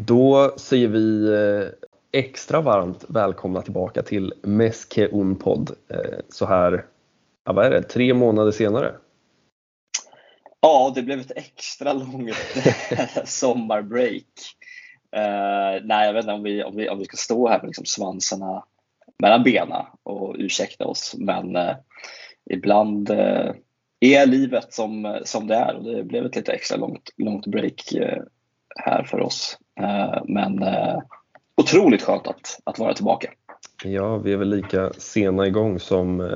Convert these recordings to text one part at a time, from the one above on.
Då säger vi extra varmt välkomna tillbaka till Meske Unpodd. Så här, vad är det? 3 månader senare. Ja, det blev ett extra långt sommarbreak. Nej, jag vet inte om vi ska stå här med liksom svansarna mellan benen och ursäkta oss. Men ibland är livet som det är. Och det blev ett lite extra långt break här för oss. Men otroligt skönt att vara tillbaka. Ja, vi är väl lika sena igång som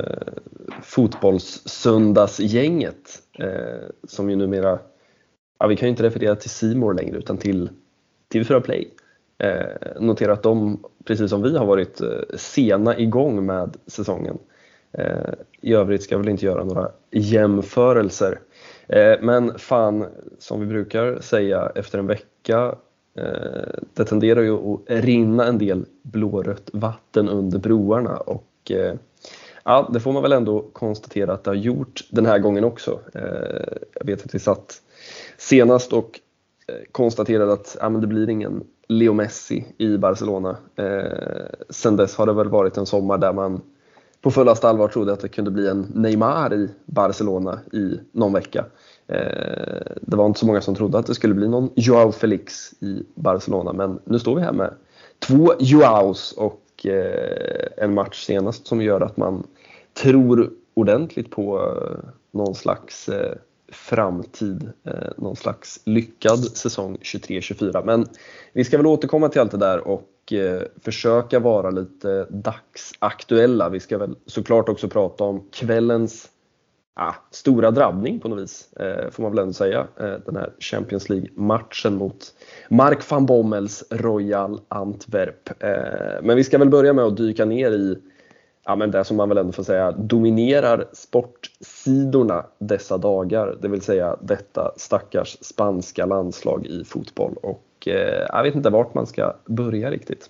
fotbollssöndagsgänget som ju numera, vi kan ju inte referera till C More längre utan till TV4 Play. Notera att de, precis som vi, har varit sena igång med säsongen. I övrigt ska jag väl inte göra några jämförelser. Men fan, som vi brukar säga efter en vecka, det tenderar ju att rinna en del blårött vatten under broarna. Och ja, det får man väl ändå konstatera att det har gjort den här gången också. Jag vet att vi satt senast och konstaterade att men det blir ingen Leo Messi i Barcelona. Sen dess har det väl varit en sommar där man på fullaste allvar trodde att det kunde bli en Neymar i Barcelona i någon vecka. Det var inte så många som trodde att det skulle bli någon Joao Felix i Barcelona. Men nu står vi här med 2 Joaos och en match senast som gör att man tror ordentligt på någon slags framtid, någon slags lyckad säsong 23-24. Men vi ska väl återkomma till allt det där och försöka vara lite dagsaktuella. Vi ska väl såklart också prata om kvällens stora drabbning på något vis, får man väl ändå säga. Den här Champions League-matchen mot Mark van Bommels Royal Antwerp. Men vi ska väl börja med att dyka ner i men det som man väl ändå får säga dominerar sportsidorna dessa dagar. Det vill säga detta stackars spanska landslag i fotboll. Och jag vet inte vart man ska börja riktigt.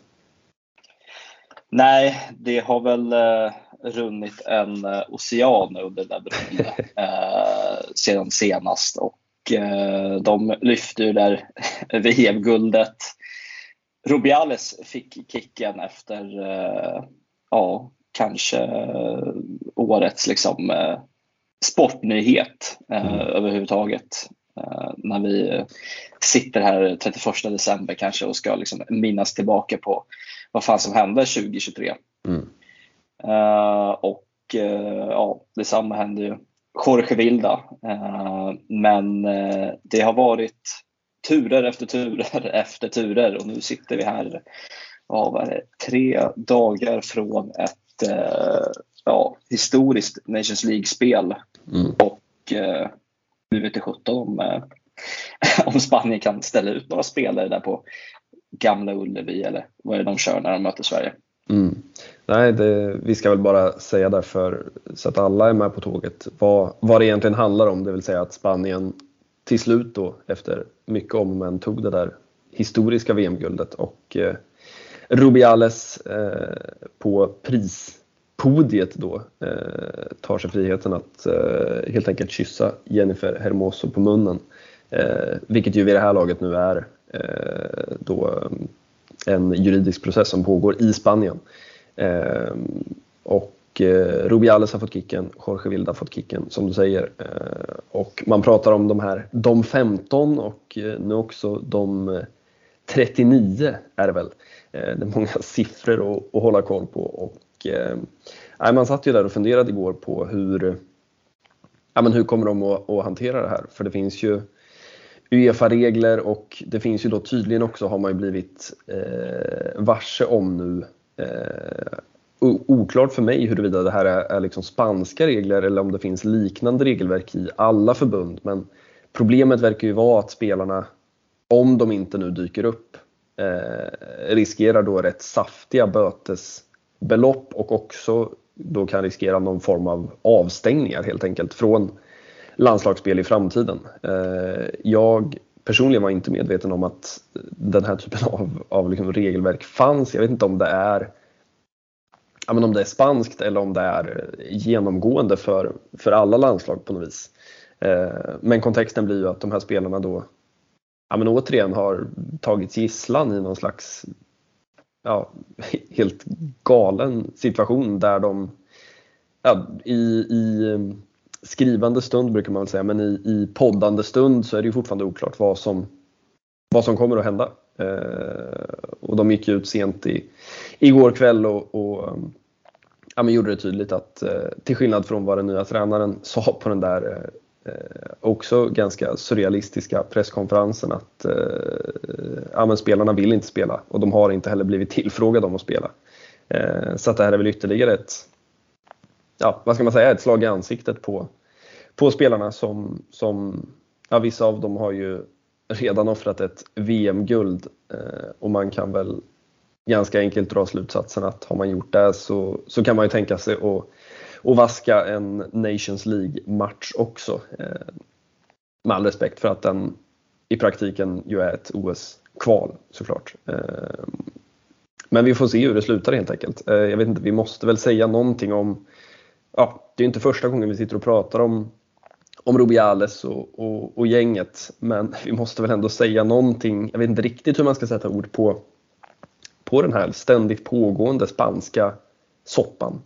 Nej, det har väl runnit en ocean under den där bron sedan senast. Och de lyfter där VM-guldet. Rubiales fick kicken efter kanske årets liksom sportnyhet överhuvudtaget. När vi sitter här 31 december kanske och ska liksom minnas tillbaka på vad fan som hände 2023. Detsamma hände ju Jorge Vilda. Men det har varit turer efter turer och nu sitter vi här 3 dagar från ett historiskt Nations League-spel. Och nu vet jag 17 om Spanien kan ställa ut några spelare där på Gamla Ullevi eller vad är det de kör när de möter Sverige. Nej, vi ska väl bara säga därför så att alla är med på tåget vad det egentligen handlar om. Det vill säga att Spanien till slut då efter mycket om men tog det där historiska VM-guldet och Rubiales på prispodiet då tar sig friheten att helt enkelt kyssa Jennifer Hermoso på munnen. Vilket ju vid det här laget nu är då en juridisk process som pågår i Spanien. Och Rubiales har fått kicken, Jorge Vilda har fått kicken som du säger. Och man pratar om de 15 och nu också de 39 är det väl. Det är många siffror att hålla koll på. Och man satt ju där och funderade igår på hur kommer de att hantera det här. För det finns ju UEFA-regler och det finns ju då tydligen också, har man ju blivit varse om nu. Oklart för mig huruvida det här är liksom spanska regler eller om det finns liknande regelverk i alla förbund. Men problemet verkar ju vara att spelarna, om de inte nu dyker upp, riskerar då rätt saftiga bötesbelopp och också då kan riskera någon form av avstängningar helt enkelt från landslagsspel i framtiden. Jag personligen var inte medveten om att den här typen av liksom regelverk fanns. Jag vet inte om det är spanskt eller om det är genomgående för alla landslag på något vis. Men kontexten blir ju att de här spelarna då men återigen har tagits gisslan i någon slags helt galen situation där de i skrivande stund brukar man väl säga, men i poddande stund så är det ju fortfarande oklart vad som kommer att hända. Och de gick ut sent igår kväll och gjorde det tydligt att till skillnad från vad den nya tränaren sa på den där också ganska surrealistiska presskonferensen att men spelarna vill inte spela och de har inte heller blivit tillfrågade om att spela. Så att det här är väl ytterligare ett ett slag i ansiktet på spelarna som vissa av dem har ju redan offrat ett VM-guld och man kan väl ganska enkelt dra slutsatsen att har man gjort det så kan man ju tänka sig att vaska en Nations League-match också. Med all respekt för att den i praktiken ju är ett OS-kval såklart. Men vi får se hur det slutar helt enkelt. Jag vet inte, vi måste väl säga någonting om det är inte första gången vi sitter och pratar om Rubiales och gänget, men vi måste väl ändå säga någonting. Jag vet inte riktigt hur man ska sätta ord på den här ständigt pågående spanska soppan.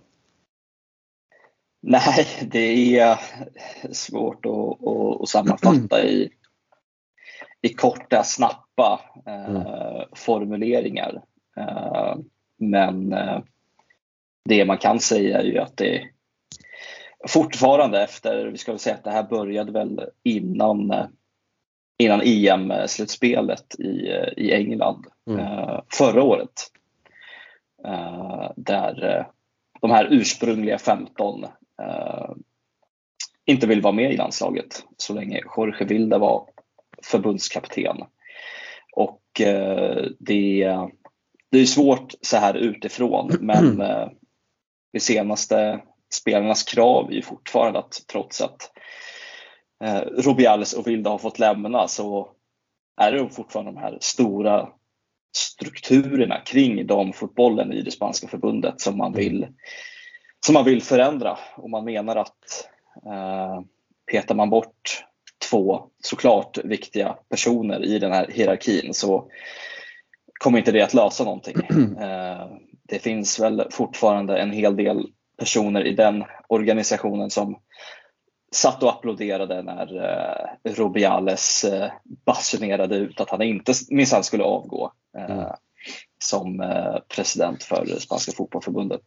Nej, det är svårt att sammanfatta i korta, snabba formuleringar. Men det man kan säga är ju att det fortfarande vi ska väl säga att det här började väl innan EM-slutspelet i England förra året. Där de här ursprungliga 15 inte vill vara med i landslaget så länge Jorge Vilda var förbundskapten. Och det är svårt så här utifrån, men det senaste spelarnas krav är ju fortfarande att trots att Rubiales och Vilda har fått lämna så är det fortfarande de här stora strukturerna kring damfotbollen i det spanska förbundet som man vill förändra. Och man menar att petar man bort 2 såklart viktiga personer i den här hierarkin så kommer inte det att lösa någonting. Det finns väl fortfarande en hel del personer i den organisationen som satt och applåderade när Rubiales basunerade ut att han inte minsann skulle avgå som president för det spanska fotbollförbundet.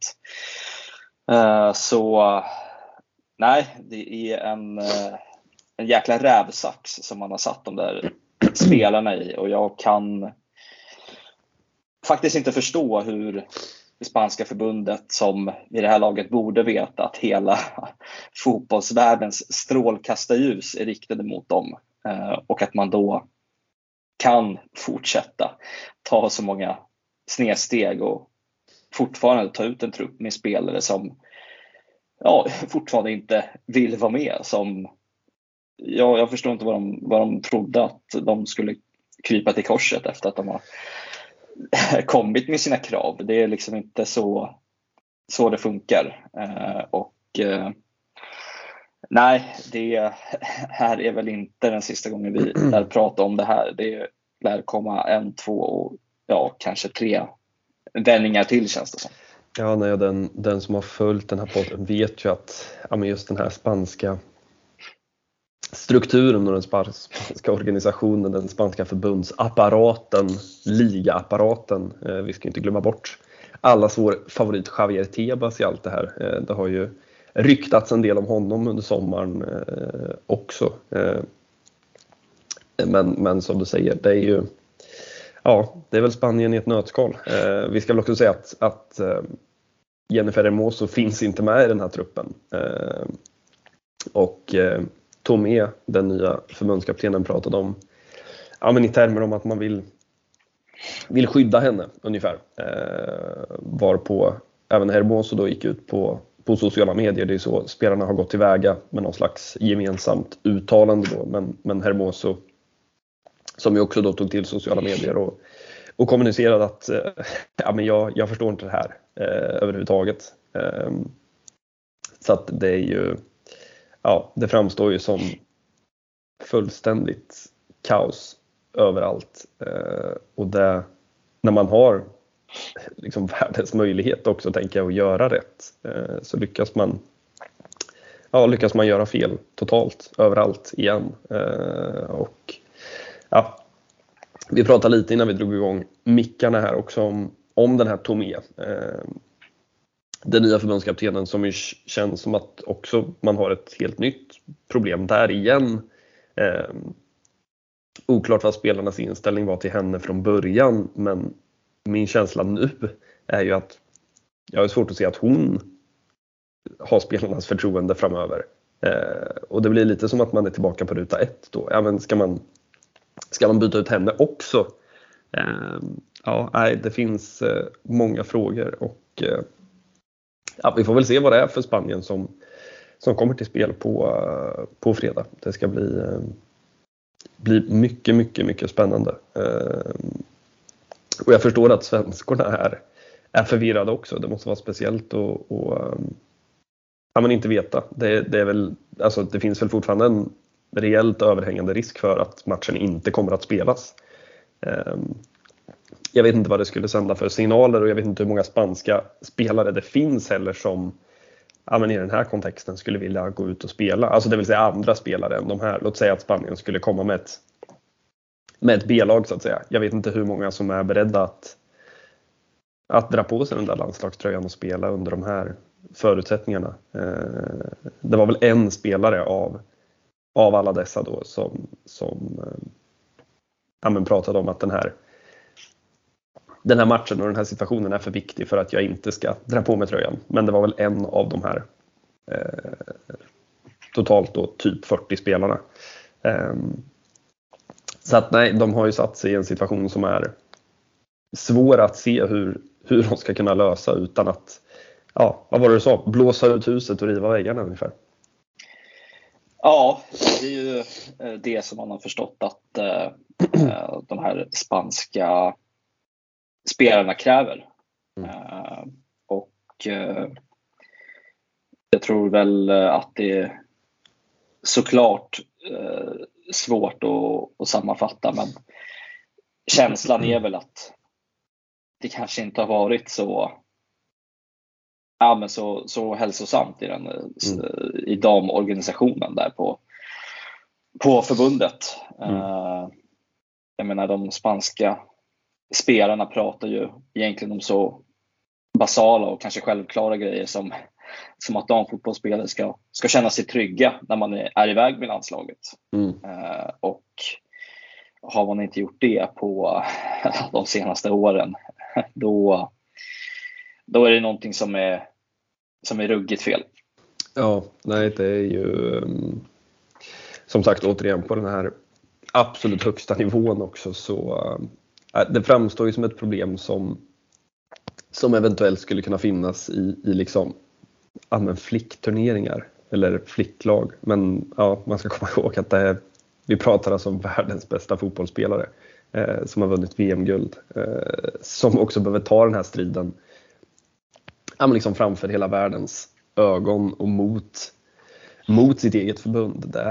Så nej, det är en jäkla rävsax som man har satt de där spelarna i, och jag kan faktiskt inte förstå hur det spanska förbundet, som vid det här laget borde veta att hela fotbollsvärldens strålkastarljus är riktade mot dem, och att man då kan fortsätta ta så många snedsteg och fortfarande ta ut en trupp med spelare som fortfarande inte vill vara med. Jag förstår inte vad de trodde att de skulle krypa till korset efter att de har kommit med sina krav. Det är liksom inte så det funkar. Nej, det här är väl inte den sista gången vi lär prata om det här. Det lär komma 1, 2 och kanske 3 vändningar till, känns det som. Ja, den som har följt den här podden vet ju att just den här spanska strukturen och den spanska organisationen, den spanska förbundsapparaten, ligaapparaten, vi ska inte glömma bort allas vår favorit Javier Tebas i allt det här. Det har ju ryktats en del om honom under sommaren också. Men som du säger, det är ju det är väl Spanien i ett nötskal. Vi ska väl också säga att Jennifer Hermoso finns inte med i den här truppen. Och Tomé, den nya förbundskaptenen, pratade om i termer om att man vill skydda henne ungefär. Varpå även Hermoso då gick ut på sociala medier. Det är så spelarna har gått tillväga med någon slags gemensamt uttalande då. Men Hermoso, som ju också då tog till sociala medier och kommunicerade att jag förstår inte det här överhuvudtaget. Så att det är ju det framstår ju som fullständigt kaos överallt. Och det, när man har liksom världens möjlighet också, tänker jag, att göra rätt, så lyckas man göra fel totalt överallt igen. Och ja, vi pratade lite innan vi drog igång mickarna här också om den här Tomé, den nya förbundskaptenen, som ju känns som att också man har ett helt nytt problem där igen. Oklart vad spelarnas inställning var till henne från början, men min känsla nu är ju att jag har svårt att se att hon har spelarnas förtroende framöver. Och det blir lite som att man är tillbaka på ruta 1 då. Ja, men ska man byta ut henne också? Det finns många frågor, och vi får väl se vad det är för Spanien som kommer till spel på fredag. Det ska bli mycket, mycket, mycket spännande. Och jag förstår att svenskorna är förvirrade också. Det måste vara speciellt att inte veta. Det är väl, alltså, det finns väl fortfarande en reellt överhängande risk för att matchen inte kommer att spelas. Jag vet inte vad det skulle sända för signaler, och jag vet inte hur många spanska spelare det finns heller som i den här kontexten skulle vilja gå ut och spela. Alltså det vill säga andra spelare än de här. Låt säga att Spanien skulle komma med ett B-lag så att säga. Jag vet inte hur många som är beredda att dra på sig den där landslagströjan och spela under de här förutsättningarna. Det var väl en spelare av alla dessa då som pratade om att den här matchen och den här situationen är för viktig för att jag inte ska dra på mig tröjan. Men det var väl en av de här totalt då typ 40 spelarna. Så att nej, de har ju satt sig i en situation som är svår att se hur de ska kunna lösa utan att, vad var det du sa? Blåsa ut huset och riva väggarna ungefär. Ja, det är ju det som man har förstått att de här spanska spelarna kräver. Och jag tror väl att det är såklart svårt att sammanfatta, men känslan är väl att det kanske inte har varit så hälsosamt i damorganisationen där på förbundet. Jag menar, de spanska spelarna pratar ju egentligen om så basala och kanske självklara grejer som att damfotbollsspelare ska känna sig trygga när man är iväg med landslaget. Och har man inte gjort det på de senaste åren, då är det någonting som är ruggigt fel. Ja, nej, det är ju som sagt återigen på den här absolut högsta nivån också, så det framstår ju som ett problem som eventuellt skulle kunna finnas i liksom flickturneringar eller flicklag. Men man ska komma ihåg att vi pratar alltså om världens bästa fotbollsspelare som har vunnit VM-guld, som också behöver ta den här striden liksom framför hela världens ögon och mot sitt eget förbund. Det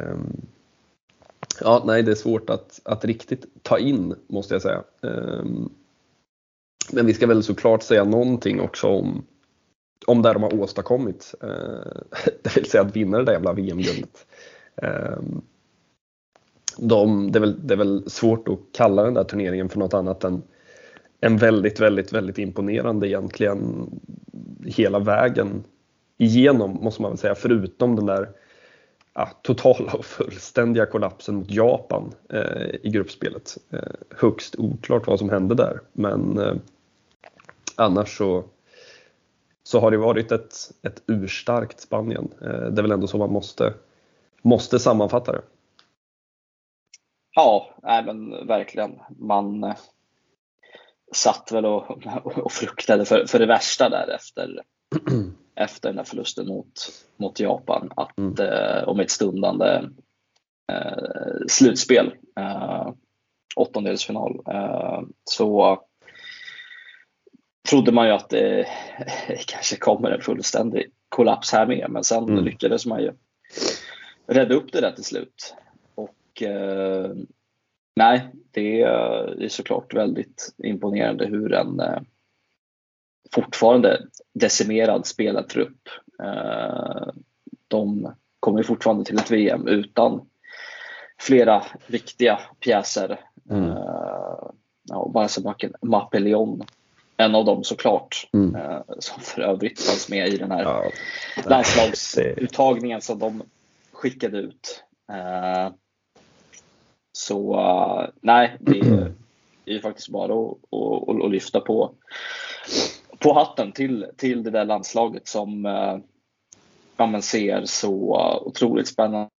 är svårt att riktigt ta in, måste jag säga. Men vi ska väl såklart säga någonting också om det de har åstadkommit. Det vill säga att vinna det där jävla VM-guldet. Det är väl svårt att kalla den där turneringen för något annat än en väldigt, väldigt, väldigt imponerande egentligen hela vägen igenom, måste man väl säga, förutom den där totala och fullständiga kollapsen mot Japan i gruppspelet. Högst oklart vad som hände där, men annars så har det varit ett urstarkt Spanien. Det är väl ändå så man måste sammanfatta det. Ja, men verkligen. Man satt väl och fruktade för det värsta där efter den här förlusten mot Japan, att om ett stundande slutspel, åttondelsfinal, så trodde man ju att det kanske kommer en fullständig kollaps här med, men sen lyckades man ju rädda upp det där till slut. Och Nej, det är såklart väldigt imponerande hur en fortfarande decimerad spelartrupp, de kommer fortfarande till ett VM utan flera viktiga pjäser. Barcabacken Mapelleon, en av dem såklart, som för övrigt fanns med i den här landslagsuttagningen som de skickade ut. Nej, det är faktiskt bara att lyfta på hatten till det där landslaget som man ser så otroligt spännande.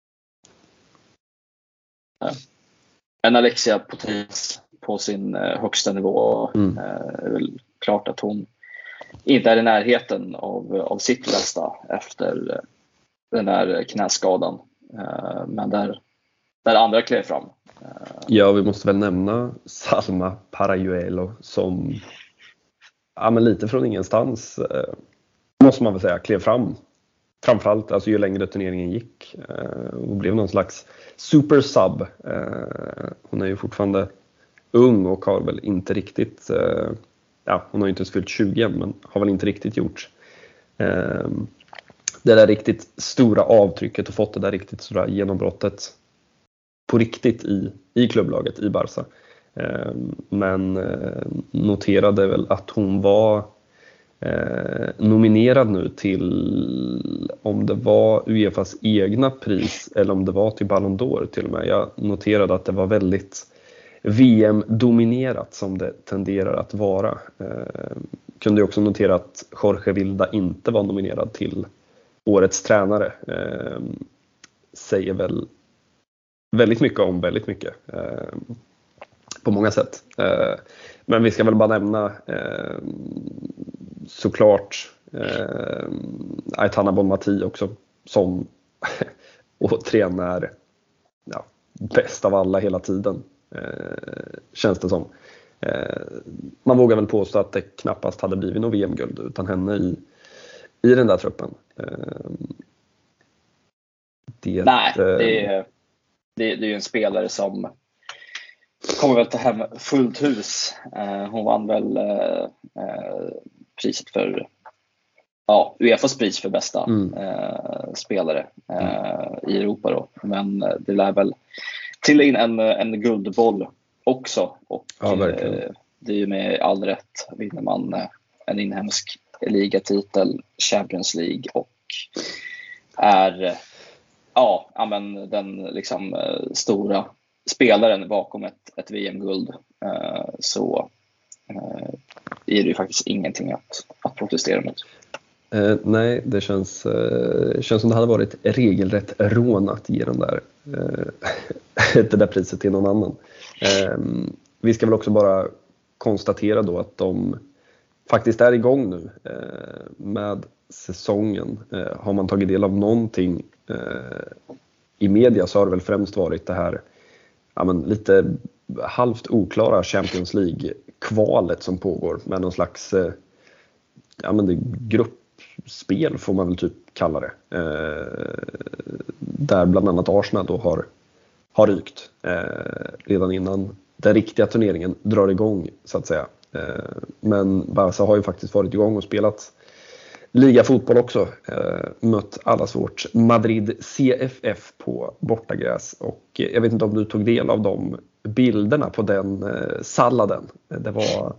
En Alexia Putellas på sin högsta nivå. Det är väl klart att hon inte är i närheten av sitt bästa efter den där knäskadan. Men där andra klev fram. Ja, vi måste väl nämna Salma Parajuelo som men lite från ingenstans måste man väl säga klev fram. Framförallt alltså ju längre turneringen gick och blev någon slags super sub. Hon är ju fortfarande ung och har väl inte riktigt hon har ju inte fyllt 20 än, men har väl inte riktigt gjort det där riktigt stora avtrycket och fått det där riktigt stora genombrottet på riktigt i klubblaget i Barca. Men noterade väl att hon var nominerad nu till, om det var UEFAs egna pris eller om det var till Ballon d'Or till och med. Jag noterade att det var väldigt VM-dominerat som det tenderar att vara. Kunde också notera att Jorge Vilda inte var nominerad till årets tränare. Säger väl väldigt mycket om väldigt mycket på många sätt. Men vi ska väl bara nämna såklart Aitana Bonmati också, som återigen är bäst av alla hela tiden, känns det som. Man vågar väl påstå att det knappast hade blivit någon VM-guld utan henne i den där truppen. Det är ju en spelare som kommer väl ta hem fullt hus. Hon vann väl priset för UEFAs pris för bästa spelare i Europa då. Men det lär väl till in en guldboll också. Och det är ju med all rätt vinner man en inhemsk ligatitel, Champions League, och är den liksom stora spelaren bakom ett VM-guld, så är det ju faktiskt ingenting att protestera mot. Nej, det känns som det hade varit regelrätt rån att ge den där det där priset till någon annan. Vi ska väl också bara konstatera då att de faktiskt är igång nu med säsongen. Har man tagit del av någonting i media så har det väl främst varit det här lite halvt oklara Champions League-kvalet som pågår med någon slags det gruppspel får man väl typ kalla det. Där bland annat Arsenal då har rykt redan innan den riktiga turneringen drar igång så att säga. Men Barca har ju faktiskt varit igång och spelat ligafotboll också. Mött allas vårt Madrid CFF på bortagräs. Och jag vet inte om du tog del av de bilderna på den salladen. Det var...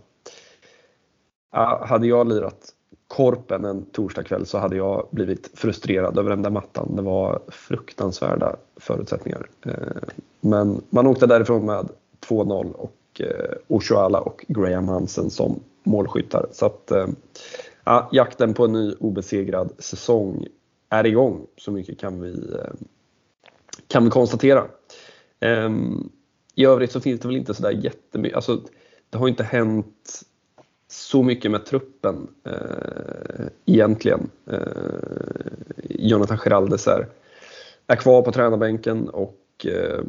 hade jag lirat korpen en torsdagkväll så hade jag blivit frustrerad över den där mattan. Det var fruktansvärda förutsättningar. Men man åkte därifrån med 2-0 och Oshuala och Graham Hansen som målskyttar. Så att jakten på en ny obesegrad säsong är igång. Så mycket kan vi konstatera. I övrigt så finns det väl inte sådär jättemycket. Alltså, det har inte hänt så mycket med truppen egentligen. Jonathan Giraldes är kvar på tränarbänken och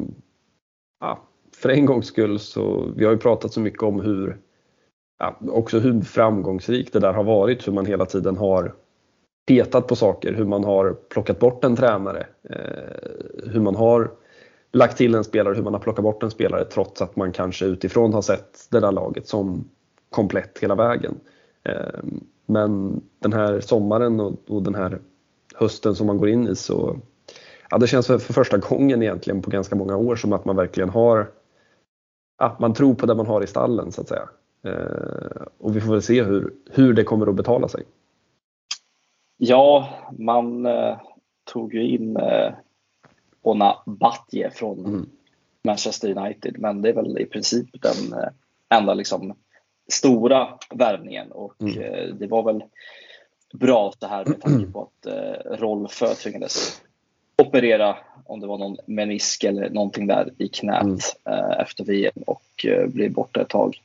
för en gångs skull så vi har ju pratat så mycket om hur framgångsrikt det där har varit, hur man hela tiden har petat på saker, hur man har plockat bort en tränare, hur man har lagt till en spelare, hur man har plockat bort en spelare trots att man kanske utifrån har sett det där laget som komplett hela vägen. Men den här sommaren och den här hösten som man går in i, så ja, det känns för första gången egentligen på ganska många år som att man verkligen har, man tror på det man har i stallen så att säga. Och vi får väl se hur det kommer att betala sig. Ja, man tog ju in Ona Batje från Manchester United, men det är väl i princip den enda liksom stora värvningen, och det var väl bra det här med tanke på att Rolf tvingades operera, om det var någon menisk eller någonting där i knät efter VM och blev borta ett tag.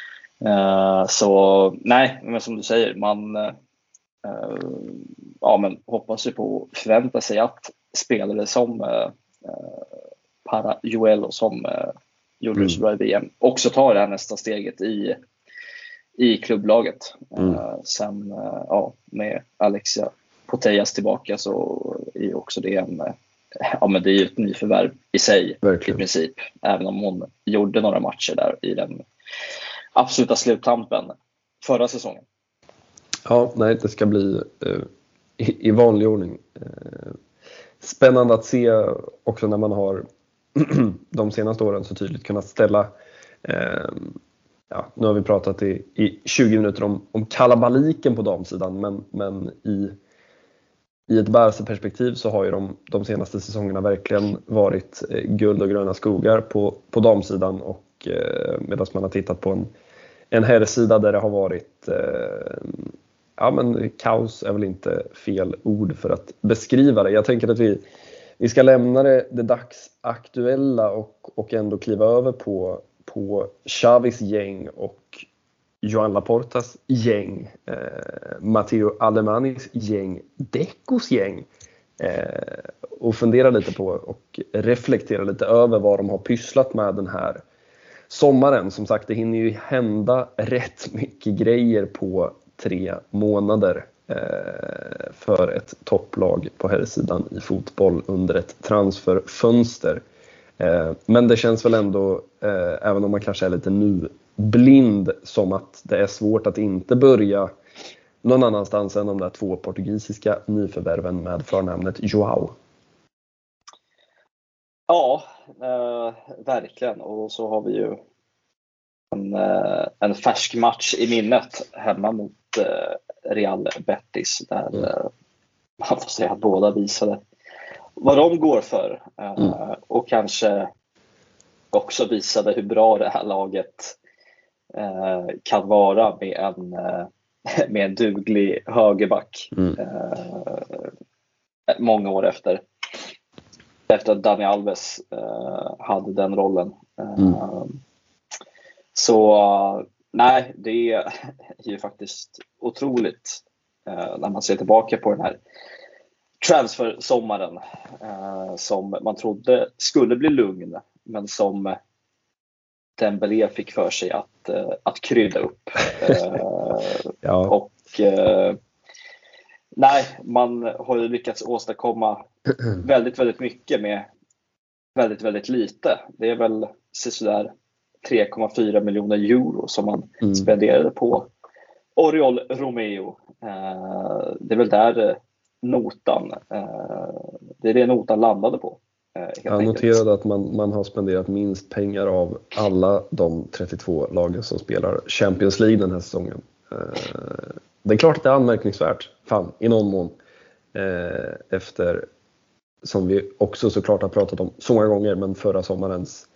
Så nej, men som du säger, man men hoppas ju på och förvänta sig att spelare som Para Joel och som gjorde så bra i VM också tar det här nästa steget i klubblaget. Sen med Alexia Putellas tillbaka så är också det men det är ju ett nyförvärv i sig. Verkligen. I princip, även om hon gjorde några matcher där i den absoluta sluttampen förra säsongen. Ja, nej, det ska bli i vanlig ordning. Spännande att se också när man har de senaste åren så tydligt kunnat ställa nu har vi pratat i 20 minuter om kalabaliken på damsidan, men i ett Barca-perspektiv så har ju de senaste säsongerna verkligen varit guld och gröna skogar på damsidan, och medan man har tittat på en herrsida där det har varit men kaos är väl inte fel ord för att beskriva det. Jag tänker att vi ska lämna det dagsaktuella och ändå kliva över på Xavis gäng och Joan Laportas gäng, Matteo Alemanis gäng, Decos gäng, och fundera lite på och reflektera lite över vad de har pysslat med den här sommaren. Som sagt, det hinner ju hända rätt mycket grejer på 3 månader för ett topplag på här sidan i fotboll under ett transferfönster. Men det känns väl ändå, även om man kanske är lite nu blind, som att det är svårt att inte börja någon annanstans än de där 2 portugisiska nyförvärven med förnamnet Joao. Ja, verkligen. Och så har vi ju en färsk match i minnet hemma mot Real Betis, där man får säga att båda visade vad de går för, och kanske också visade hur bra det här laget kan vara med en duglig högerback många år efter att Dani Alves hade den rollen. Så nej, det är ju faktiskt otroligt när man ser tillbaka på den här transfer-sommaren som man trodde skulle bli lugn, men som Dembélé fick för sig att krydda upp. Ja. Och nej, man har ju lyckats åstadkomma väldigt, väldigt mycket med väldigt, väldigt lite. Det är väl sådär 3,4 miljoner euro som man spenderade på Oriol Romeo. Det är väl där notan, det är det notan landade på. Jag noterade att man har spenderat minst pengar av alla de 32 lagen som spelar Champions League den här säsongen. Det är klart att det är anmärkningsvärt, i någon mån, efter, som vi också såklart har pratat om så många gånger, men förra sommarens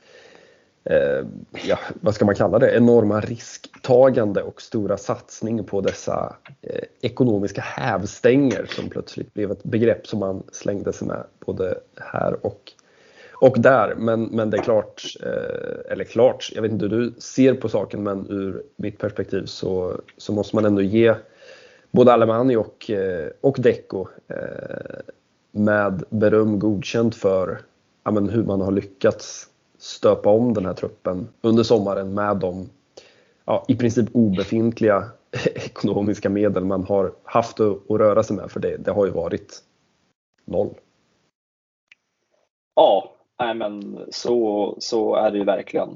vad ska man kalla det, enorma risktagande och stora satsning på dessa ekonomiska hävstänger som plötsligt blev ett begrepp som man slängde sig med både här och där. Men det är klart, jag vet inte hur du ser på saken, men ur mitt perspektiv så måste man ändå ge både Alemani och Deco med beröm godkänt för hur man har lyckats stöpa om den här truppen under sommaren med de i princip obefintliga ekonomiska medel man har haft att röra sig med, för det har ju varit noll. Ja, Nej, men så är det ju verkligen.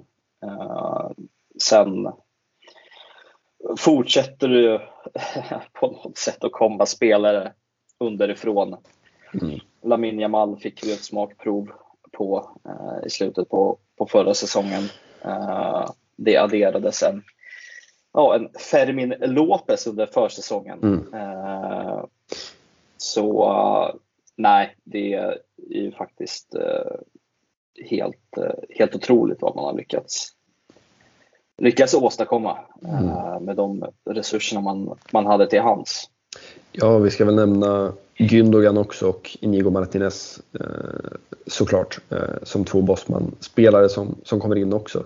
Sen fortsätter du ju på något sätt att komma spelare underifrån. Lamine Yamal fick vi ett smakprov på i slutet på förra säsongen. Det adderades en Fermin Lopez under försäsongen. Så nej, det är ju faktiskt helt otroligt vad man har lyckats åstadkomma med de resurserna man hade till hands. Ja, vi ska väl nämna Gündogan också och Inigo Martinez såklart som två Bosman-spelare som kommer in också.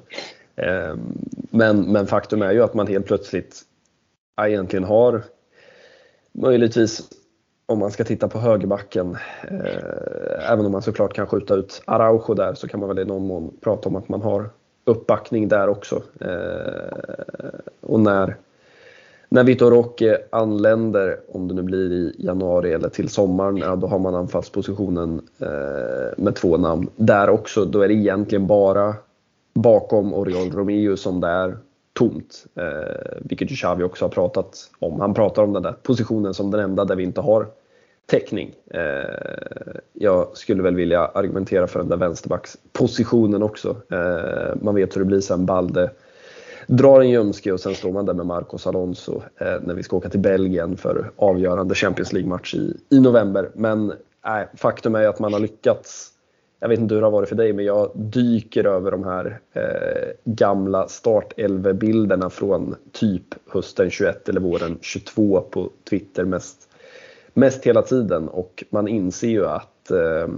Men faktum är ju att man helt plötsligt egentligen har möjligtvis, om man ska titta på högerbacken, även om man såklart kan skjuta ut Araujo där, så kan man väl i någon mån prata om att man har uppbackning där också. Och när Vitor Roque anländer, om det nu blir i januari eller till sommaren, ja, då har man anfallspositionen med 2 namn där också. Då är det egentligen bara bakom Oriol Romeu som det är tomt, vilket ju Xavi också har pratat om. Han pratar om den där positionen som den enda där vi inte har täckning. Jag skulle väl vilja argumentera för den där vänsterbackspositionen också. Man vet hur det blir sen. Balde drar en gömske och sen står man där med Marcos Alonso när vi ska åka till Belgien för avgörande Champions League-match i november. Men faktum är att man har lyckats. Jag vet inte hur det har varit för dig, men jag dyker över de här gamla startelvebilderna från typ hösten 21 eller våren 22 på Twitter mest hela tiden. Och man inser ju att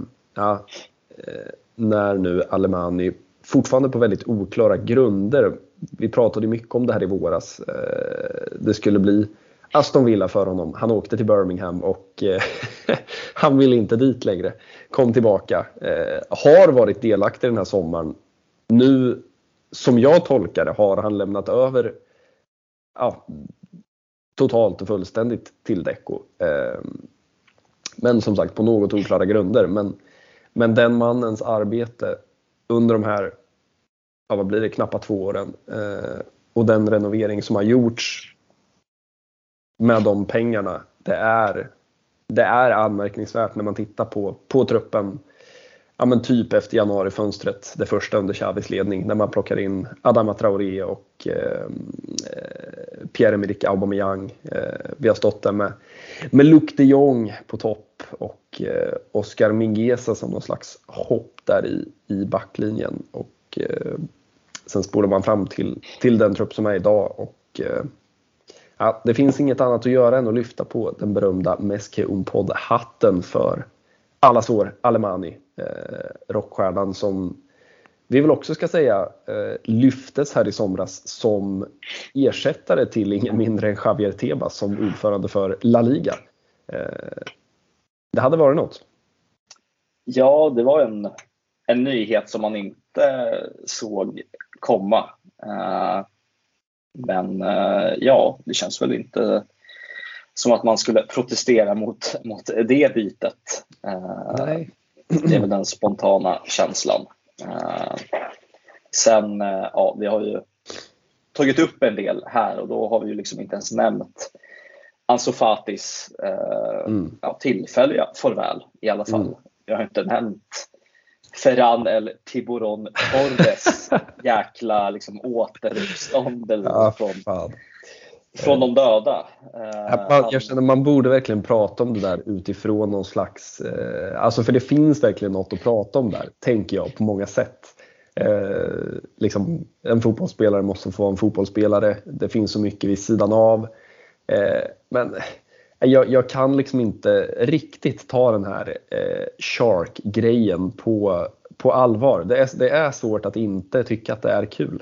när nu Alemany fortfarande på väldigt oklara grunder, vi pratade mycket om det här i våras, det skulle bli Aston Villa för honom. Han åkte till Birmingham och han vill inte dit längre. Kom tillbaka. Har varit delaktig den här sommaren. Nu, som jag tolkar det, har han lämnat över totalt och fullständigt till Deco. Men som sagt på något oklara grunder. Men den mannens arbete under de här, vad blir det, knappt 2 åren. Och den renovering som har gjorts med de pengarna, det är anmärkningsvärt när man tittar på truppen. Ja, men typ efter januarifönstret, det första under Xavis ledning, när man plockar in Adama Traoré och Pierre-Emerick Aubameyang. Vi har stått där med Luc de Jong på topp och Oscar Mingueza som någon slags hopp där i backlinjen. Och sen spolar man fram till den trupp som är idag och det finns inget annat att göra än att lyfta på den berömda Meske Umpod-hatten för allas vår Alemany, rockstjärnan som vi väl också ska säga lyftes här i somras som ersättare till ingen mindre än Javier Tebas som ordförande för La Liga. Det hade varit något. Ja, det var en nyhet som man inte såg komma. Men det känns väl inte som att man skulle protestera mot det bytet. Nej. Det är väl den spontana känslan. Sen, vi har ju tagit upp en del här och då har vi ju liksom inte ens nämnt Ansu Fatis tillfälliga farväl i alla fall. Jag har inte nämnt Ferran El Tiburon Torres jäkla liksom återuppståndelse från de döda. Jag känner man borde verkligen prata om det där utifrån någon slags för det finns verkligen något att prata om där, tänker jag, på många sätt. Liksom, en fotbollsspelare måste få vara en fotbollsspelare. Det finns så mycket vid sidan av. Men jag kan liksom inte riktigt ta den här Shark-grejen på allvar. Det är svårt att inte tycka att det är kul.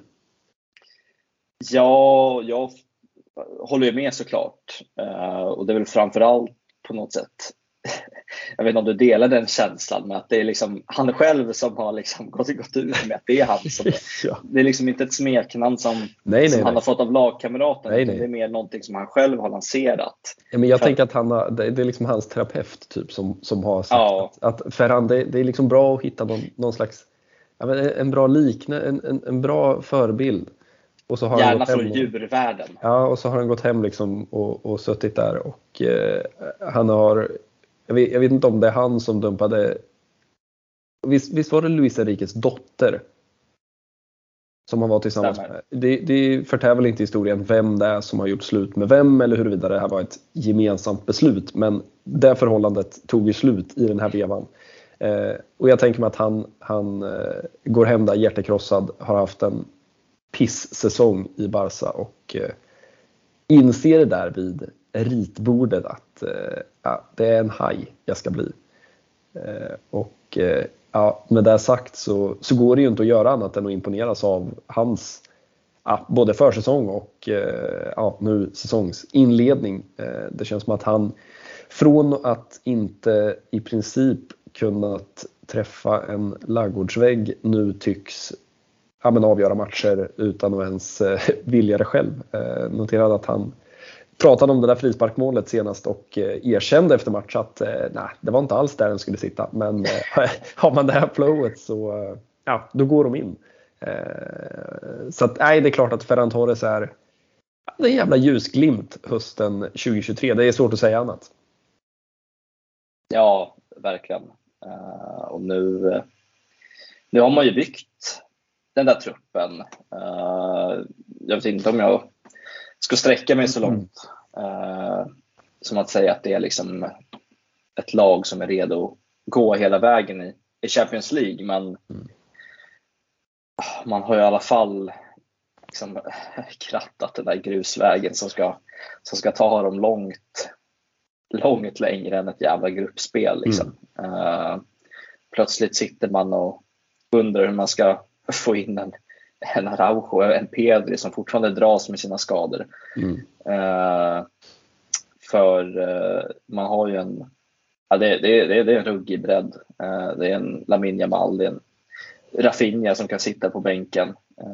Ja, jag håller med såklart. Och det är väl framförallt på något sätt jag vet inte om du delar den känslan med att det är liksom han själv som har liksom gått ut med att det är han som Ja. det är liksom inte ett smeknamn som han har fått av lagkamraten, utan det är mer någonting som han själv har lanserat. Ja, men jag tänker att det är liksom hans terapeut typ som har sagt att Ferran, det är liksom bra att hitta någon slags en bra en bra förebild. Och så har gärna från djurvärlden. Ja, och så har han gått hem liksom och suttit där och han har jag vet inte om det är han som dumpade. Visst var det Luis Enriques dotter som han var tillsammans med. Det förtär väl inte historien vem det är som har gjort slut med vem eller huruvida det här var ett gemensamt beslut, men det förhållandet tog ju slut i den här vevan. Och jag tänker mig att han går hem där hjärtekrossad, har haft en piss-säsong i Barca och inser där vid ritbordet att det är en haj jag ska bli. Och med det sagt så går det ju inte att göra annat än att imponeras av hans både försäsong och nu säsongsinledning. Det känns som att han från att inte i princip kunnat träffa en ladugårdsvägg nu tycks avgöra matcher utan att ens vilja det själv. Noterade att han pratade om det där frisparkmålet senast och erkände efter match att det var inte alls där den skulle sitta. Men har man det här flowet så då går de in. Så att, det är klart att Ferran Torres är en jävla ljusglimt hösten 2023. Det är svårt att säga annat. Ja, verkligen. Och nu har man ju byggt den där truppen. Jag vet inte om jag ska sträcka mig så långt som att säga att det är liksom ett lag som är redo att gå hela vägen i Champions League, men man har ju i alla fall liksom krattat den där grusvägen som ska ta dem långt längre än ett jävla gruppspel liksom. Plötsligt sitter man och undrar hur man ska få in en Araujo, en Pedri som fortfarande dras med sina skador. För man har ju det är en ruggig bredd. Det är en Lamine Yamal, det är en Rafinha som kan sitta på bänken.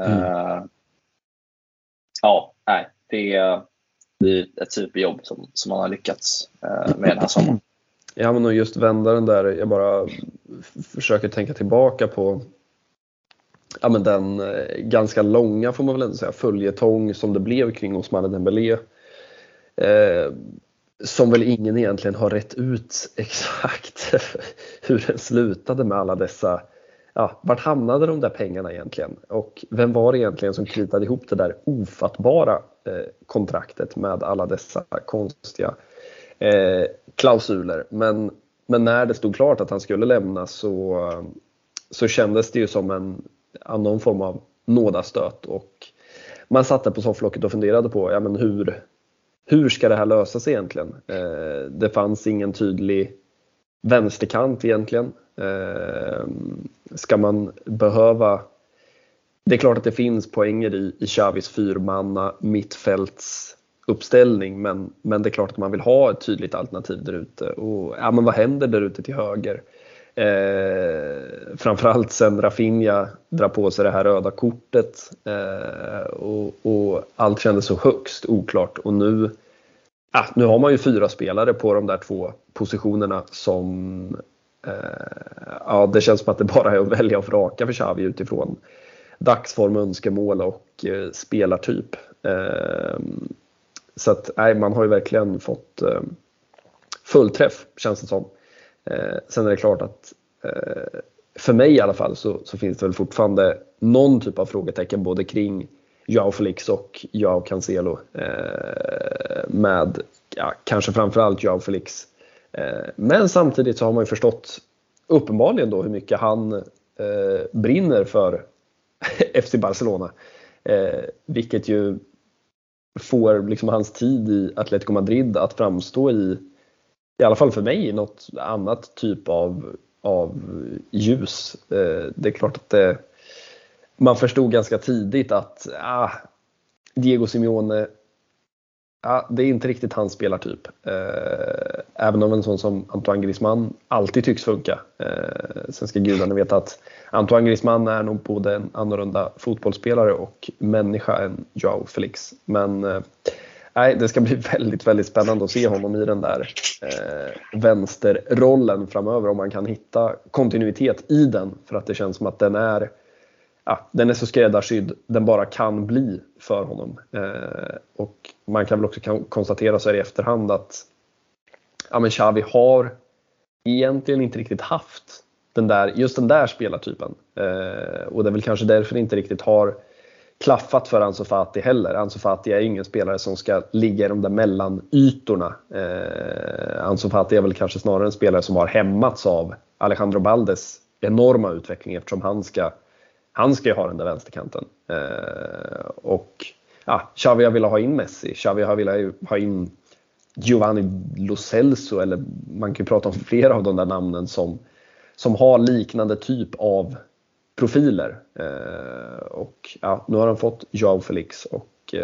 Det är ett superjobb som man har lyckats med den här sommaren. Ja, men och just vända den där, jag bara försöker tänka tillbaka på den ganska långa, får man väl ändå säga, följetong som det blev kring Ousmane Dembélé. Som väl ingen egentligen har rätt ut exakt hur den slutade med alla dessa. Vart hamnade de där pengarna egentligen? Och vem var det egentligen som kritade ihop det där ofattbara kontraktet med alla dessa konstiga klausuler? Men när det stod klart att han skulle lämna så kändes det ju som någon form av nådastöt, och man satte på sofflocket och funderade på hur ska det här lösas egentligen? Det fanns ingen tydlig vänsterkant egentligen. Ska man behöva, det är klart att det finns poänger i Xavis fyrmanna mittfälts uppställning, men det är klart att man vill ha ett tydligt alternativ där ute. Och men vad händer där ute till höger? Framförallt sen Rafinha drar på sig det här röda kortet, och allt kändes så högst oklart. Och nu har man ju 4 spelare på de där 2 positionerna som det känns som att det bara är att välja och vraka för Xavi utifrån dagsform, önskemål och spelartyp. Så att man har ju verkligen fått fullträff, känns det som. Sen är det klart att för mig i alla fall så finns det väl fortfarande någon typ av frågetecken både kring Joao Felix och Joao Cancelo, med kanske framförallt Joao Felix. Men samtidigt så har man ju förstått uppenbarligen då hur mycket han brinner för FC Barcelona, vilket ju får liksom hans tid i Atletico Madrid att framstå i alla fall för mig, i något annat typ av ljus. Det är klart att man förstod ganska tidigt att Diego Simeone ja, det är inte riktigt hans spelartyp. Även om en sån som Antoine Griezmann alltid tycks funka. Sen ska gudarna veta att Antoine Griezmann är nog både en annorlunda fotbollsspelare och människa än Joao Felix. Men nej, det ska bli väldigt, väldigt spännande att se honom i den där vänsterrollen framöver. Om man kan hitta kontinuitet i den. För att det känns som att den är så skräddarsydd den bara kan bli för honom. Och man kan väl också konstatera så här i efterhand att men Xavi har egentligen inte riktigt haft just den där spelartypen. Och det är väl kanske därför det inte riktigt har klaffat för Ansu Fati heller. Ansu Fati är ingen spelare som ska ligga i de där mellanytorna. Ansu Fati är väl kanske snarare en spelare som har hämmats av Alejandro Baldes enorma utveckling, eftersom han ska ju ha den där vänsterkanten. Och Xavi har velat ha in Messi. Xavi har velat ha in Giovanni Lo Celso, eller man kan ju prata om flera av de där namnen som har liknande typ av profiler. Och nu har han fått Joao Felix. Och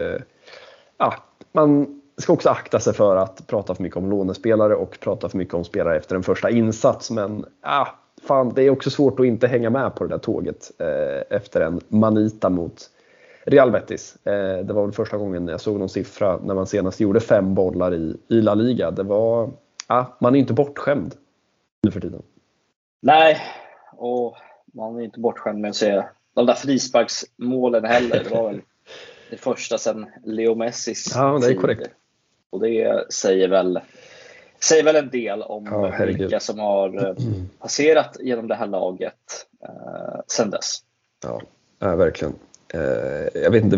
man ska också akta sig för att prata för mycket om lånespelare och prata för mycket om spelare efter en första insats. Men det är också svårt att inte hänga med på det där tåget efter en manita mot Real Betis. Det var väl första gången jag såg någon siffra när man senast gjorde 5 bollar i La Liga. Det var, man är inte bortskämd nu för tiden. Nej, och man är inte bortskämd med att se de där frisparksmålen heller. Det var väl det första sedan Leo Messis tid. Ja, det är korrekt. Och det säger väl en del om vilka som har passerat genom det här laget sedan dess. Ja, verkligen. Jag vet inte,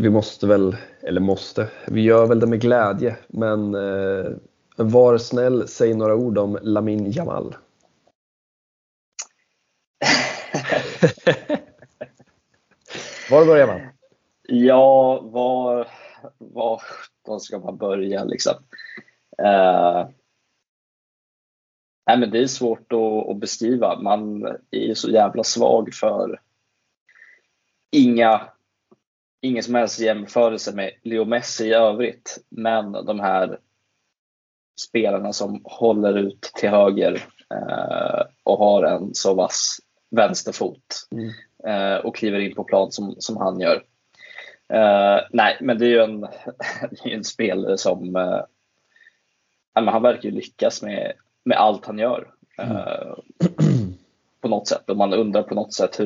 vi gör väl det med glädje, men var snäll, säg några ord om Lamine Yamal. Var börjar man? Ja, var ska man börja liksom? Nej, men det är svårt att beskriva. Man är ju så jävla svag för ingen som helst jämförelse med Leo Messi i övrigt. Men de här spelarna som håller ut till höger och har en så vass vänsterfot och kliver in på plan som han gör. Nej, men det är ju en spelare som han verkar ju lyckas med allt han gör på något sätt. Och man undrar på något sätt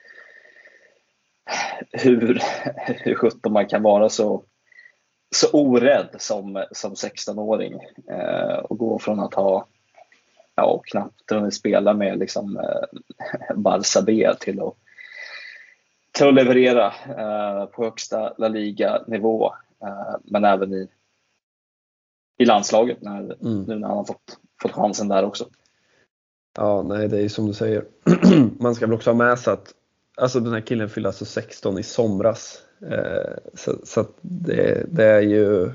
hur 17 man kan vara så orädd som 16-åring och gå från att ha knappt hunnit spela med liksom Barça B till att leverera på högsta La Liga-nivå, men även i landslaget nu när han har fått chansen där också. Ja, nej, det är som du säger. Man ska väl också ha med sig att den här killen fyllde alltså 16 i somras. Så att det är ju...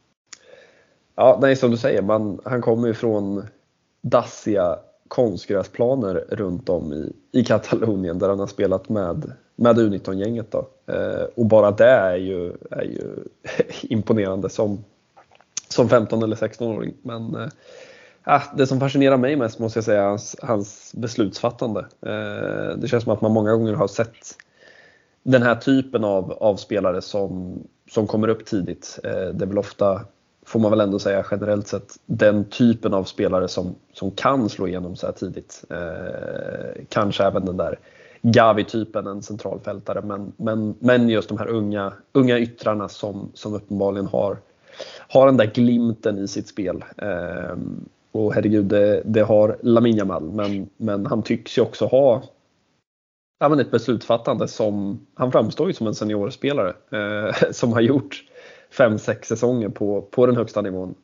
Ja, nej, som du säger. Han kommer ju från dassiga konstgräsplaner runt om i Katalonien, där han har spelat med U19-gänget då. Och bara det är ju imponerande som 15 eller 16-åring. Men det som fascinerar mig mest, måste jag säga, är hans beslutsfattande. Det känns som att man många gånger har sett den här typen av spelare som kommer upp tidigt. Det är väl ofta, får man väl ändå säga generellt sett, den typen av spelare som kan slå igenom så här tidigt. Kanske även den där Gavi-typen, en centralfältare, men just de här unga yttrarna som uppenbarligen har den där glimten i sitt spel. Och herregud, det har Lamine Yamal, men han tycks ju också ha ett beslutsfattande som han framstår ju som en seniorspelare som har gjort 5-6 säsonger på den högsta nivån.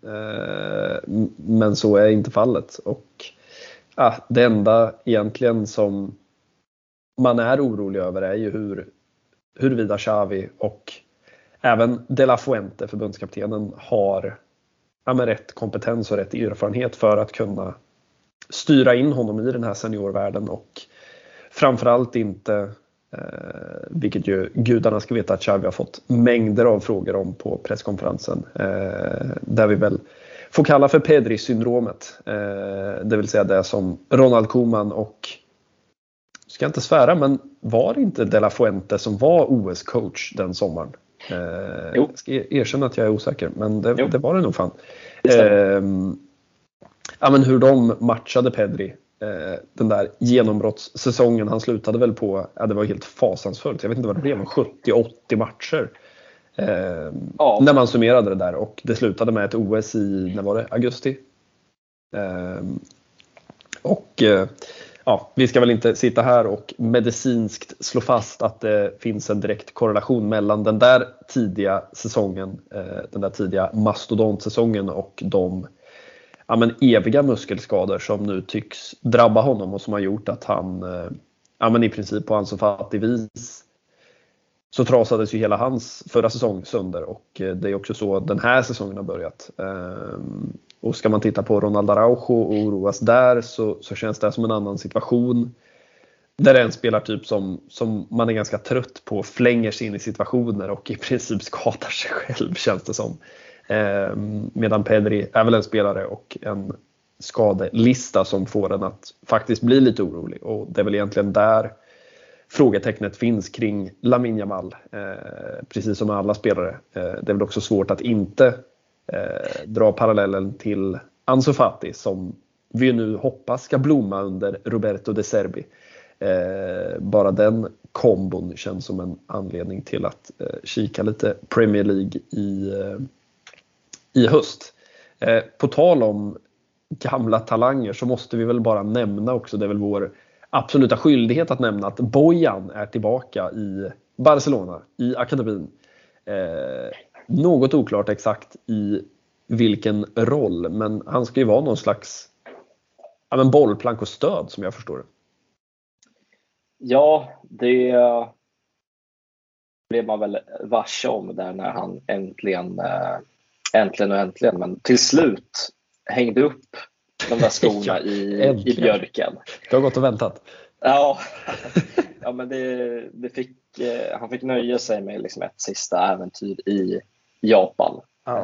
Men så är inte fallet. Och det enda egentligen som man är orolig över är ju huruvida Xavi och även De La Fuente, förbundskaptenen, har rätt kompetens och rätt erfarenhet för att kunna styra in honom i den här seniorvärlden, och framförallt inte Vilket ju gudarna ska veta att Xavi har fått mängder av frågor om på presskonferensen. Där vi väl får kalla för Pedri-syndromet. Det vill säga det som Ronald Koeman och, ska jag inte svära, men var det inte De La Fuente som var OS-coach den sommaren? Jag ska erkänna att jag är osäker, men det var det nog fan. Ja, men hur de matchade Pedri den där genombrottssäsongen. Han slutade väl på, det var helt fasansfullt. Jag vet inte vad det blev, 70-80 matcher. När man summerade det där, och det slutade med ett OS i, när var det? Augusti. Vi ska väl inte sitta här och medicinskt slå fast att det finns en direkt korrelation mellan den där tidiga säsongen, den där tidiga mastodontsäsongen, och de eviga muskelskador som nu tycks drabba honom och som har gjort att han i princip på Ansu Fati vis så trasades ju hela hans förra säsong sönder, och det är också så den här säsongen har börjat. Och ska man titta på Ronald Araujo och oroas där, så känns det som en annan situation. Där är en spelartyp som man är ganska trött på, flänger sig in i situationer och i princip skadar sig själv, känns det som. Medan Pedri är väl en spelare och en skadelista som får en att faktiskt bli lite orolig. Och det är väl egentligen där frågetecknet finns kring Lamine Yamal. Precis som med alla spelare. Det är väl också svårt att inte dra parallellen till Ansu Fati, som vi nu hoppas ska blomma under Roberto De Zerbi. Bara den kombon känns som en anledning till att kika lite Premier League i höst. På tal om gamla talanger så måste vi väl bara nämna också, det är väl vår absoluta skyldighet att nämna, att Bojan är tillbaka i Barcelona, i akademin. Något oklart exakt i vilken roll, men han ska ju vara någon slags bollplank och stöd, som jag förstår det. Ja, det blev man väl varse om där när han äntligen, men till slut hängde upp de där skorna i björken. Det har gått och väntat. Ja, men han fick nöja sig med liksom ett sista äventyr i Japan.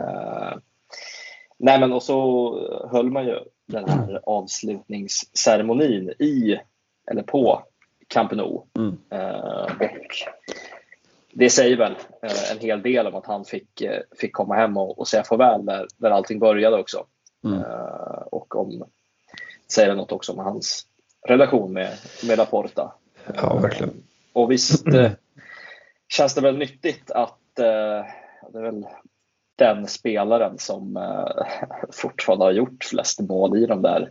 Och så höll man ju den här avslutningsceremonin på Camp Nou. Och det säger väl en hel del om att han fick komma hem och säga farväl där allting började också. Och säger något också om hans relation med Laporta. Ja, verkligen. Och visst känns det väl nyttigt att det är väl den spelaren som fortfarande har gjort flest mål i de där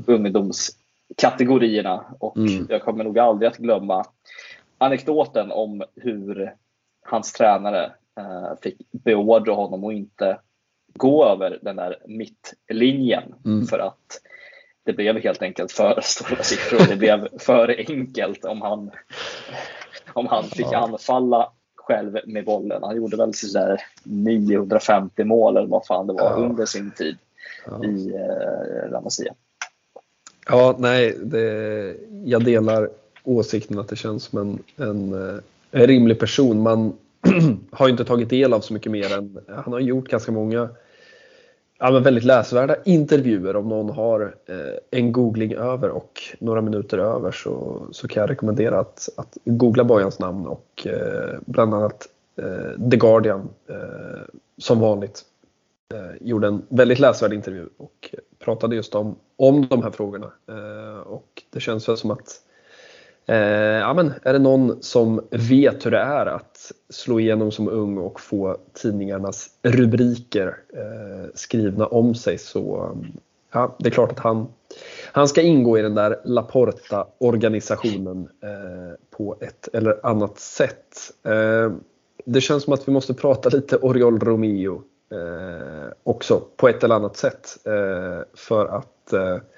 ungdomskategorierna. Och jag kommer nog aldrig att glömma anekdoten om hur hans tränare fick beordra honom att inte gå över den där mittlinjen för att det blev helt enkelt för stora siffror. Det blev för enkelt om han fick anfalla själv med bollen. Han gjorde väl så där 950 mål eller vad fan det var under sin tid i La Masia. Ja, nej, jag delar åsikten att det känns som en rimlig person. Man har inte tagit del av så mycket mer än, han har gjort ganska många väldigt läsvärda intervjuer. Om någon har en googling över och några minuter över så kan jag rekommendera att googla Bojans namn, och bland annat The Guardian som vanligt gjorde en väldigt läsvärd intervju och pratade just om de här frågorna. Och det känns väl som att är det någon som vet hur det är att slå igenom som ung och få tidningarnas rubriker skrivna om sig, så det är klart att han ska ingå i den där Laporta-organisationen på ett eller annat sätt. Det känns som att vi måste prata lite Oriol Romeo också på ett eller annat sätt, för att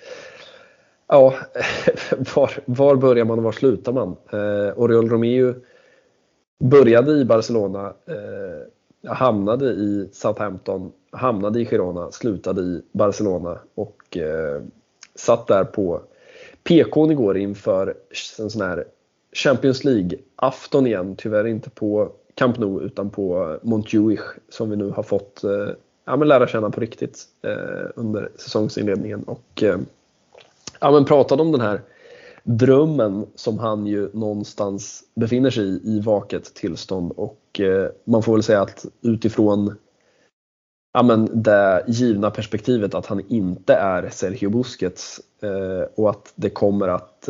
var börjar man och var slutar man? Oriol Romeo började i Barcelona, hamnade i Southampton, hamnade i Girona, slutade i Barcelona och satt där på PK:n igår inför en sån här Champions League-afton igen, tyvärr inte på Camp Nou utan på Montjuic som vi nu har fått lära känna på riktigt under säsongsinledningen och pratade om den här drömmen som han ju någonstans befinner sig i vaket tillstånd och man får väl säga att utifrån det givna perspektivet att han inte är Sergio Busquets och att det kommer att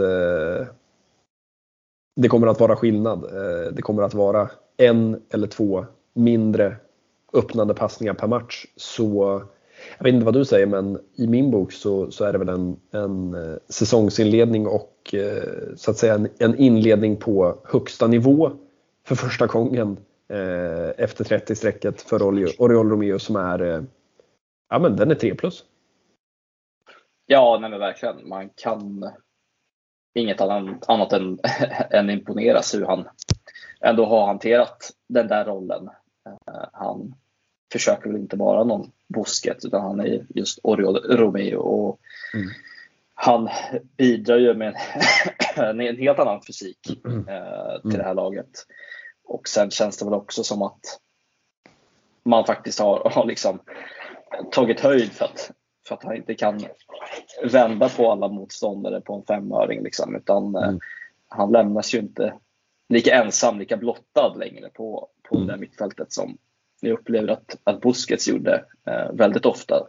vara skillnad. Det kommer att vara 1 eller 2 mindre öppnande passningar per match. Så jag vet inte vad du säger, men i min bok så är det väl en säsongsinledning och så att säga en inledning på högsta nivå för första gången efter 30-strecket för Oriol Romeo som är den är 3+. Ja, nej men verkligen. Man kan inget annat än imponeras hur han ändå har hanterat den där rollen. Han försöker väl inte vara någon Busquets utan han är just Oriol Romeo och han bidrar ju med en helt annan fysik till det här laget. Och sen känns det väl också som att man faktiskt har liksom tagit höjd för att han inte kan vända på alla motståndare på en 5-öring liksom, utan han lämnas ju inte lika ensam, lika blottad längre på det där mittfältet som jag upplever att Busquets gjorde väldigt ofta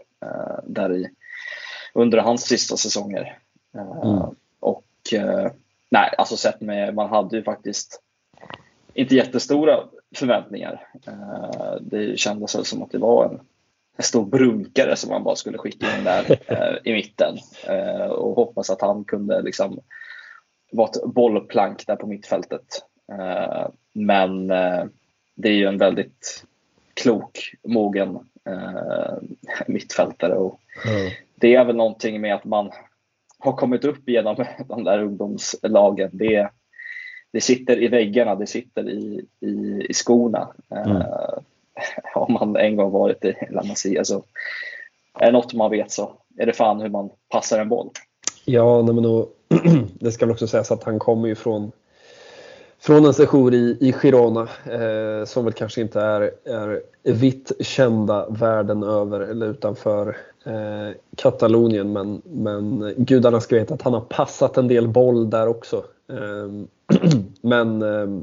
under hans sista säsonger. Alltså sett med, man hade ju faktiskt inte jättestora förväntningar. Det kändes väl som att det var en stor brunkare som man bara skulle skicka in där i mitten och hoppas att han kunde liksom vara ett bollplank där på mittfältet. Men det är ju en väldigt klok, mogen mittfältare och det är väl någonting med att man har kommit upp genom de där ungdomslagen. Det sitter i väggarna, det sitter i skorna. Om man en gång varit i La Masia så är det något man vet så är det fan hur man passar en boll. Ja, men det ska väl också sägas att han kommer ju från en sejour i Girona som väl kanske inte är vitt kända världen över eller utanför Katalonien, men gudarna ska veta att han har passat en del boll där också. Men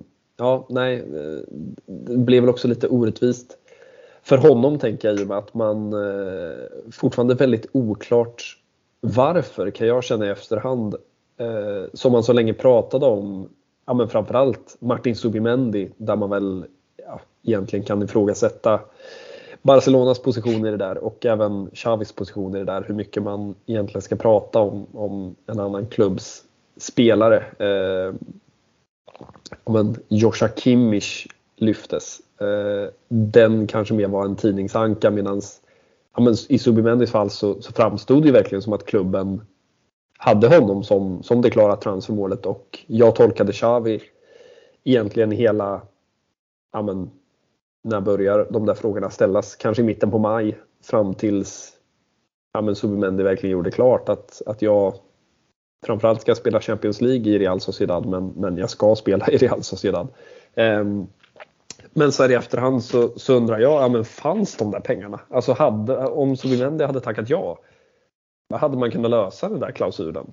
det blev väl också lite orättvist för honom, tänker jag, i och med att man fortfarande väldigt oklart varför, kan jag känna i efterhand, som man så länge pratade om, men framförallt Martin Zubimendi, där man väl egentligen kan ifrågasätta Barcelonas position i det där och även Xavis position i det där, hur mycket man egentligen ska prata om en annan klubbs spelare. Men Joshua Kimmich lyftes. Den kanske mer var en tidningsanka, medan i Zubimendis fall så framstod det ju verkligen som att klubben hade honom som deklarat transfermålet, och jag tolkade Xavi egentligen hela när börjar de där frågorna ställas, kanske i mitten på maj, fram tills Zubimendi verkligen gjorde klart att jag framförallt ska spela Champions League i Real Sociedad, men jag ska spela i Real Sociedad. Men så här i efterhand så undrar jag, fanns de där pengarna? Alltså om Zubimendi hade tackat ja, vad hade man kunnat lösa den där klausulen?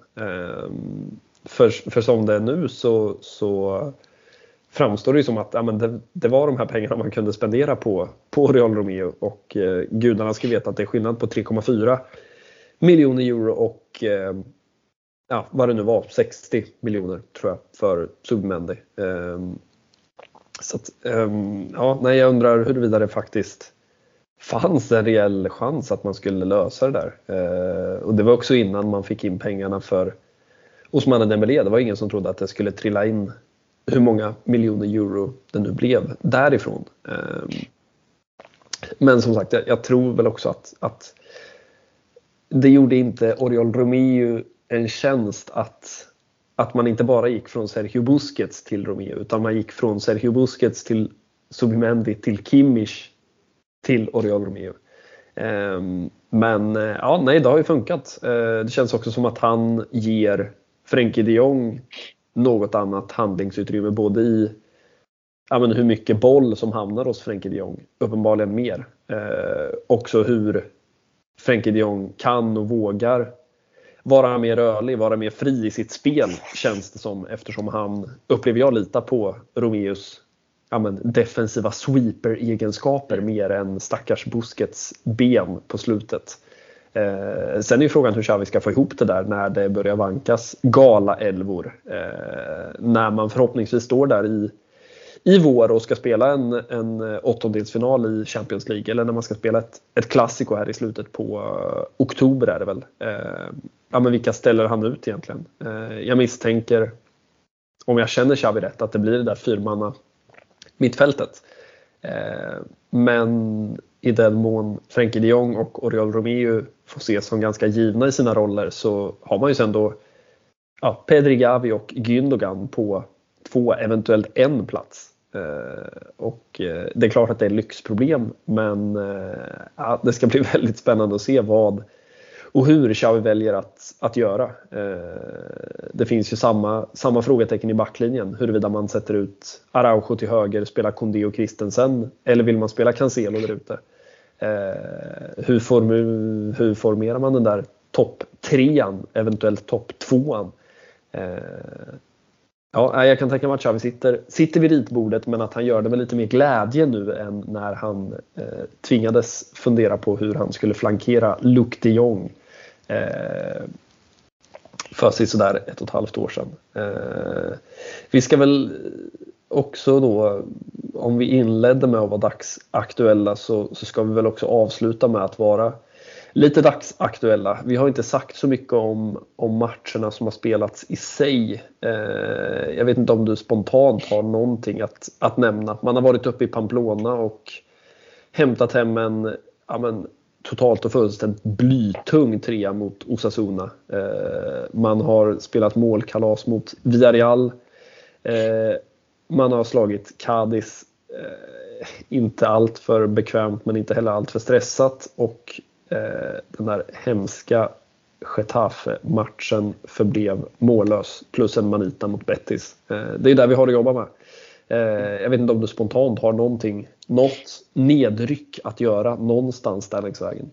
För som det är nu så framstår det ju som att det var de här pengarna man kunde spendera på Real Romeo, och gudarna ska veta att det är skillnad på 3,4 miljoner euro och vad det nu var, 60 miljoner tror jag för Zubimendi. Så att, jag undrar huruvida det faktiskt fanns en reell chans att man skulle lösa det där. Och det var också innan man fick in pengarna för Ousmane Dembélé. Det var ingen som trodde att det skulle trilla in hur många miljoner euro det nu blev därifrån. Men som sagt, jag tror väl också att det gjorde inte Oriol Romeo en tjänst att man inte bara gick från Sergio Busquets till Romeo, utan man gick från Sergio Busquets till Zubimendi till Kimmich till Oriol Romeo. Men det har ju funkat. Det känns också som att han ger Frenkie de Jong något annat handlingsutrymme både i hur mycket boll som hamnar hos Frenkie de Jong, uppenbarligen mer. Också hur Frenkie de Jong kan och vågar vara mer rörlig, vara mer fri i sitt spel, känns det som, eftersom han, upplever jag, litar på Romeus defensiva sweeper-egenskaper mer än stackars Busquets ben på slutet. Sen är ju frågan hur Xavi ska få ihop det där när det börjar vankas gala-elvor. När man förhoppningsvis står där i vår och ska spela en åttondelsfinal i Champions League, eller när man ska spela ett klassiko här i slutet på oktober är det väl. Men vilka ställer han ut egentligen? Jag misstänker, om jag känner Xavi rätt, att det blir det där fyrmanna mittfältet. Men i den mån Frenkie de Jong och Oriol Romeu får ses som ganska givna i sina roller, så har man ju sen då Pedri, Gavi och Gündogan på 2, eventuellt 1 plats. Och det är klart att det är lyxproblem, men det ska bli väldigt spännande att se vad och hur Xavi väljer att göra. Det finns ju samma frågetecken i backlinjen, huruvida man sätter ut Araujo till höger, spelar Koundé och Christensen, eller vill man spela Cancelo där ute. Hur formerar man den där topp 3an, eventuellt topp 2an? Jag kan tänka mig att Xavi sitter vid ritbordet, men att han gör det med lite mer glädje nu än när han tvingades fundera på hur han skulle flankera Luc de Jong för sig sådär 1,5 år sedan. Vi ska väl också då, om vi inledde med att vara dagsaktuella, så ska vi väl också avsluta med att vara lite dagsaktuella. Vi har inte sagt så mycket om matcherna som har spelats i sig. Jag vet inte om du spontant har någonting att nämna. Man har varit uppe i Pamplona och hämtat hem en totalt och fullständigt blytung 3 mot Osasuna. Man har spelat målkalas mot Villarreal. Man har slagit Cadiz, inte allt för bekvämt men inte heller allt för stressat, och den där hemska Getafe-matchen förblev mållös, plus en manita mot Betis. Det är där vi har att jobba med. Jag vet inte om du spontant har något nedryck att göra någonstans där längs vägen.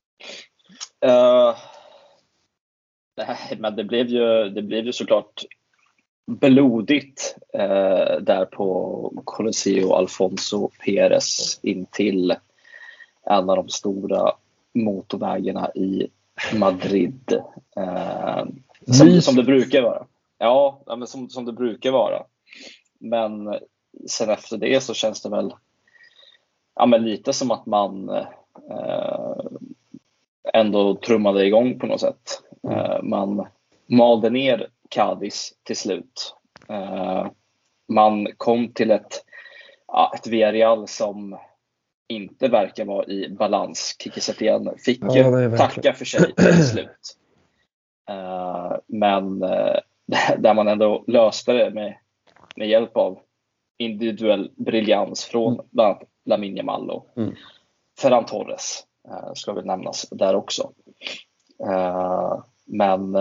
Nej, men det blev ju såklart blodigt där på Coliseo Alfonso Pérez in till en av de stora motorvägarna i Madrid. Som det brukar vara. Ja, men som det brukar vara. Men sen efter det så känns det väl lite som att man ändå trummade igång på något sätt. Man malde ner Cadiz till slut. Man kom till ett Villarreal som inte verkar vara i balans. Kike Setien fick tacka för sig till slut. Men där man ändå löste det med hjälp av individuell briljans från bland annat Lamine Yamal och Ferran Torres ska väl nämnas där också. Men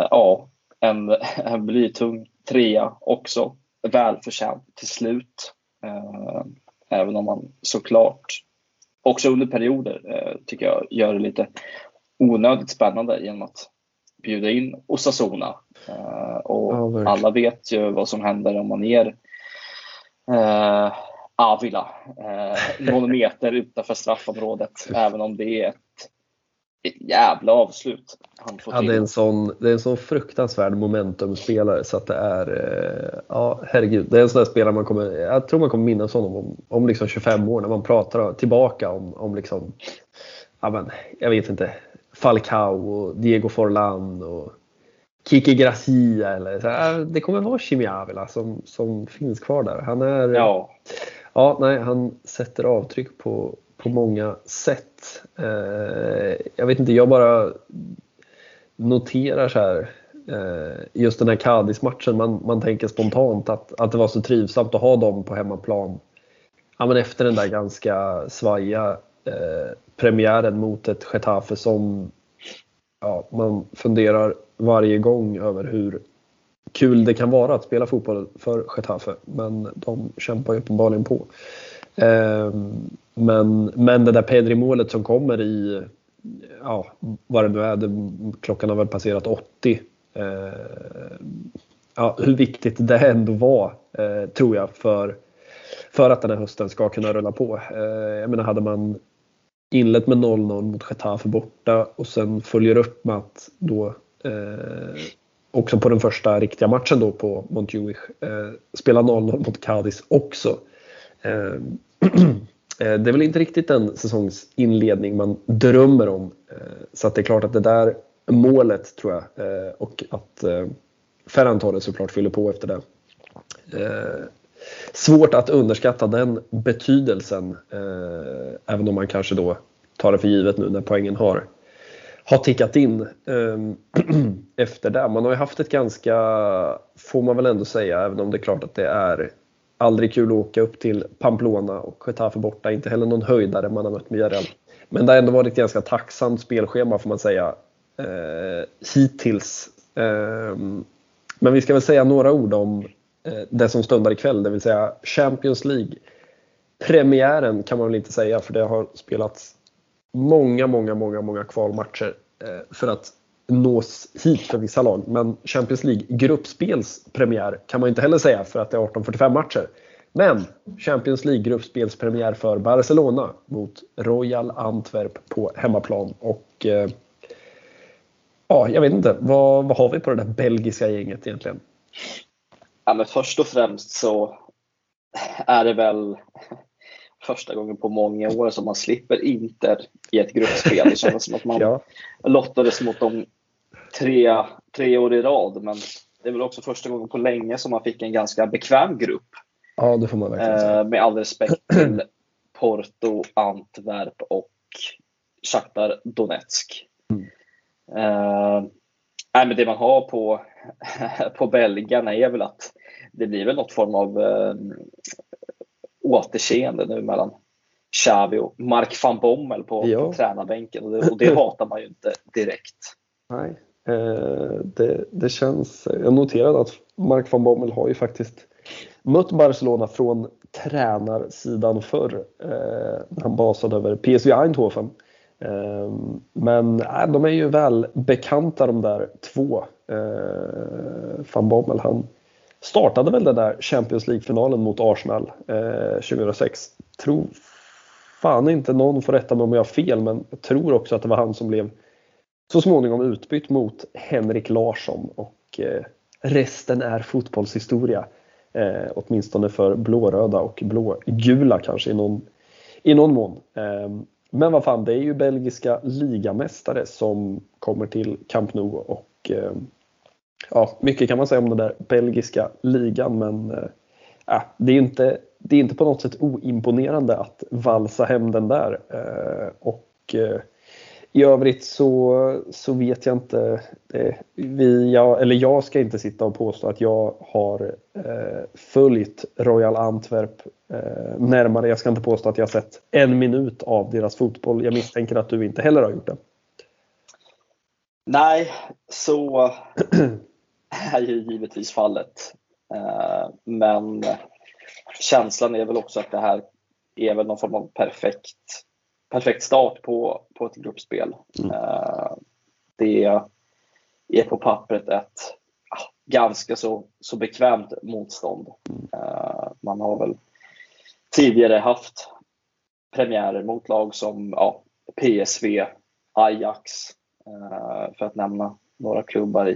en blytung 3 också, välförtjänt till slut, även om man såklart också under perioder tycker jag gör det lite onödigt spännande genom att bjuda in Osasuna, och alla vet ju vad som händer om man ger Avila någon meter utanför straffområdet, även om det är ett jävla avslut han får till. Det är en sån fruktansvärd momentumspelare, så att det är herregud, det är en sån där spelare jag tror man kommer minnas honom om liksom 25 år när man pratar tillbaka om liksom, jag vet inte, Falcao och Diego Forlán och Kike Gracia, eller så. Det kommer vara Jimmy Avila som finns kvar där. Han är han sätter avtryck på många sätt. Jag vet inte, jag bara noterar så här, just den här Cadiz-matchen, man tänker spontant att det var så trivsamt att ha dem på hemmaplan. Men efter den där ganska svaja premiären mot ett Getafe som man funderar varje gång över hur kul det kan vara att spela fotboll för Getafe, men de kämpar ju uppenbarligen på. Men det där Pedri-målet som kommer i, ja, vad det nu är, klockan har väl passerat 80. Ja, hur viktigt det ändå var, tror jag, för att den här hösten ska kunna rulla på. Jag menar, hade man inlett med 0-0 mot Getafe borta och sen följer upp med att då också på den första riktiga matchen då på Montjuic spela 0-0 mot Cadiz också. Det är väl inte riktigt en säsongsinledning man drömmer om. Så att det är klart att det där målet, tror jag, och att Ferran Torres såklart fyller på efter det. Svårt att underskatta den betydelsen, även om man kanske då tar det för givet nu när poängen har tickat in efter det. Man har ju haft ett ganska, får man väl ändå säga, även om det är klart att det är aldrig kul att åka upp till Pamplona och Getafe borta, inte heller någon höjdare man har mött med Villarreal. Men det har ändå varit ett ganska tacksamt spelschema, får man säga, hittills. Men vi ska väl säga några ord om det som stundar ikväll, det vill säga Champions League. Premiären kan man väl inte säga, för det har spelats många kvalmatcher för att nås hit för vissa lag. Men Champions League gruppspelspremiär kan man inte heller säga, för att det är 18:45 matcher. Men Champions League gruppspelspremiär för Barcelona mot Royal Antwerp på hemmaplan. Och ja, jag vet inte, vad har vi på det där belgiska gänget egentligen? Ja, men först och främst så är det väl första gången på många år som man slipper Inter i ett gruppspel. Det känns som att man lottades mot dem tre år i rad, men det är väl också första gången på länge som man fick en ganska bekväm grupp. Ja, det får man verkligen säga. Med all respekt till Porto, Antwerp och Shakhtar Donetsk. Men det man har på belgarna är väl att det blir väl något form av återseende nu mellan Xavi och Mark van Bommel på tränarbänken, och det hatar man ju inte direkt. Nej, det känns. Jag noterade att Mark van Bommel har ju faktiskt mött Barcelona från tränarsidan förr, han basade över PSV Eindhoven. Men de är ju väl bekanta, de där två. Van Bommel, han startade väl den där Champions League-finalen mot Arsenal 2006. Tror fan inte, någon får rätta mig om jag har fel, men jag tror också att det var han som blev så småningom utbytt mot Henrik Larsson, och resten är fotbollshistoria, åtminstone för blåröda och blågula kanske i någon mån. Men vad fan, det är ju belgiska ligamästare som kommer till Camp Nou, och ja, mycket kan man säga om den där belgiska ligan, men det är inte på något sätt oimponerande att valsa hem den där. Och i övrigt så vet jag inte, jag ska inte sitta och påstå att jag har följt Royal Antwerp närmare. Jag ska inte påstå att jag har sett en minut av deras fotboll. Jag misstänker att du inte heller har gjort det. Nej, så är ju givetvis fallet. Men känslan är väl också att det här är väl någon form av perfekt start på ett gruppspel. Det är på pappret ett ganska så bekvämt motstånd. Man har väl tidigare haft premiärer mot lag som PSV, Ajax, för att nämna några klubbar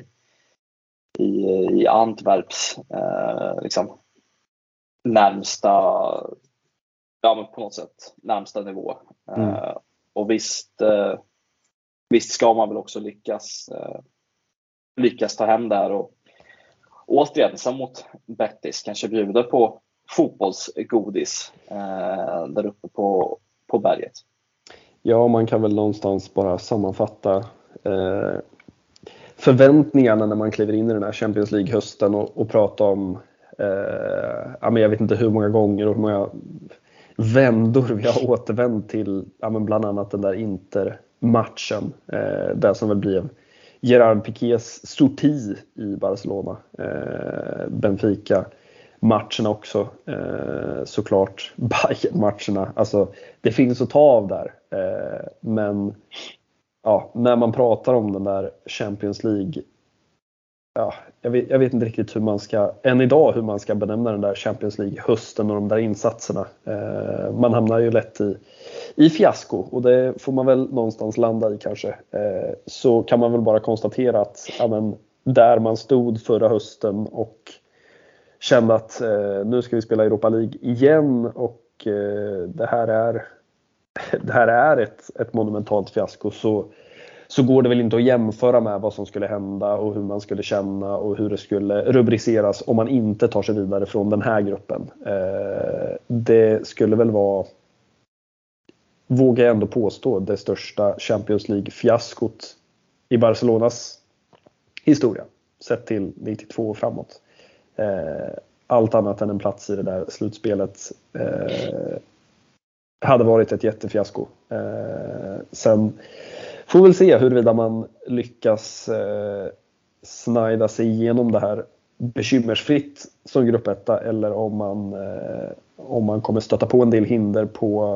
i Antwerps liksom närmsta, men på något sätt närmsta nivå. Och visst ska man väl också lyckas ta hem där, och återigen som mot Betis kanske bjuda på fotbollsgodis där uppe på berget. Ja, man kan väl någonstans bara sammanfatta förväntningarna när man kliver in i den här Champions League-hösten och prata om jag vet inte hur många gånger och hur många vändor vi har återvänt till, bland annat den där Inter-matchen, där som väl blev Gerard Piqués sorti i Barcelona. Benfica-matcherna också. Såklart Bayern-matcherna. Alltså, det finns att ta av där. Men ja, när man pratar om den där Champions League, ja, jag vet inte riktigt hur man ska benämna den där Champions League-hösten och de där insatserna. Man hamnar ju lätt i fiasko, och det får man väl någonstans landa i kanske. Så kan man väl bara konstatera att där man stod förra hösten och kände att nu ska vi spela Europa League igen, och det här är ett monumentalt fiasko, så går det väl inte att jämföra med vad som skulle hända och hur man skulle känna och hur det skulle rubriceras om man inte tar sig vidare från den här gruppen. Det skulle väl vara, vågar jag ändå påstå, det största Champions League-fiaskot i Barcelonas historia, sett till 92 och framåt. Allt annat än en plats i det där slutspelet hade varit ett jättefiasko. Sen får vi väl se huruvida man lyckas snida sig igenom det här bekymmersfritt som gruppetta, eller om man kommer stöta på en del hinder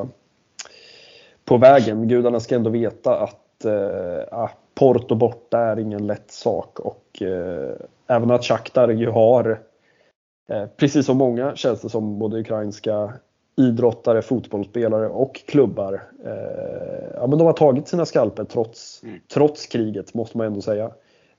på vägen. Gudarna ska ändå veta att Porto borta är ingen lätt sak, och även att Shakhtar ju har, precis som många, känns det som, både ukrainska idrottare, fotbollsspelare och klubbar, men de har tagit sina skalper trots kriget, måste man ändå säga.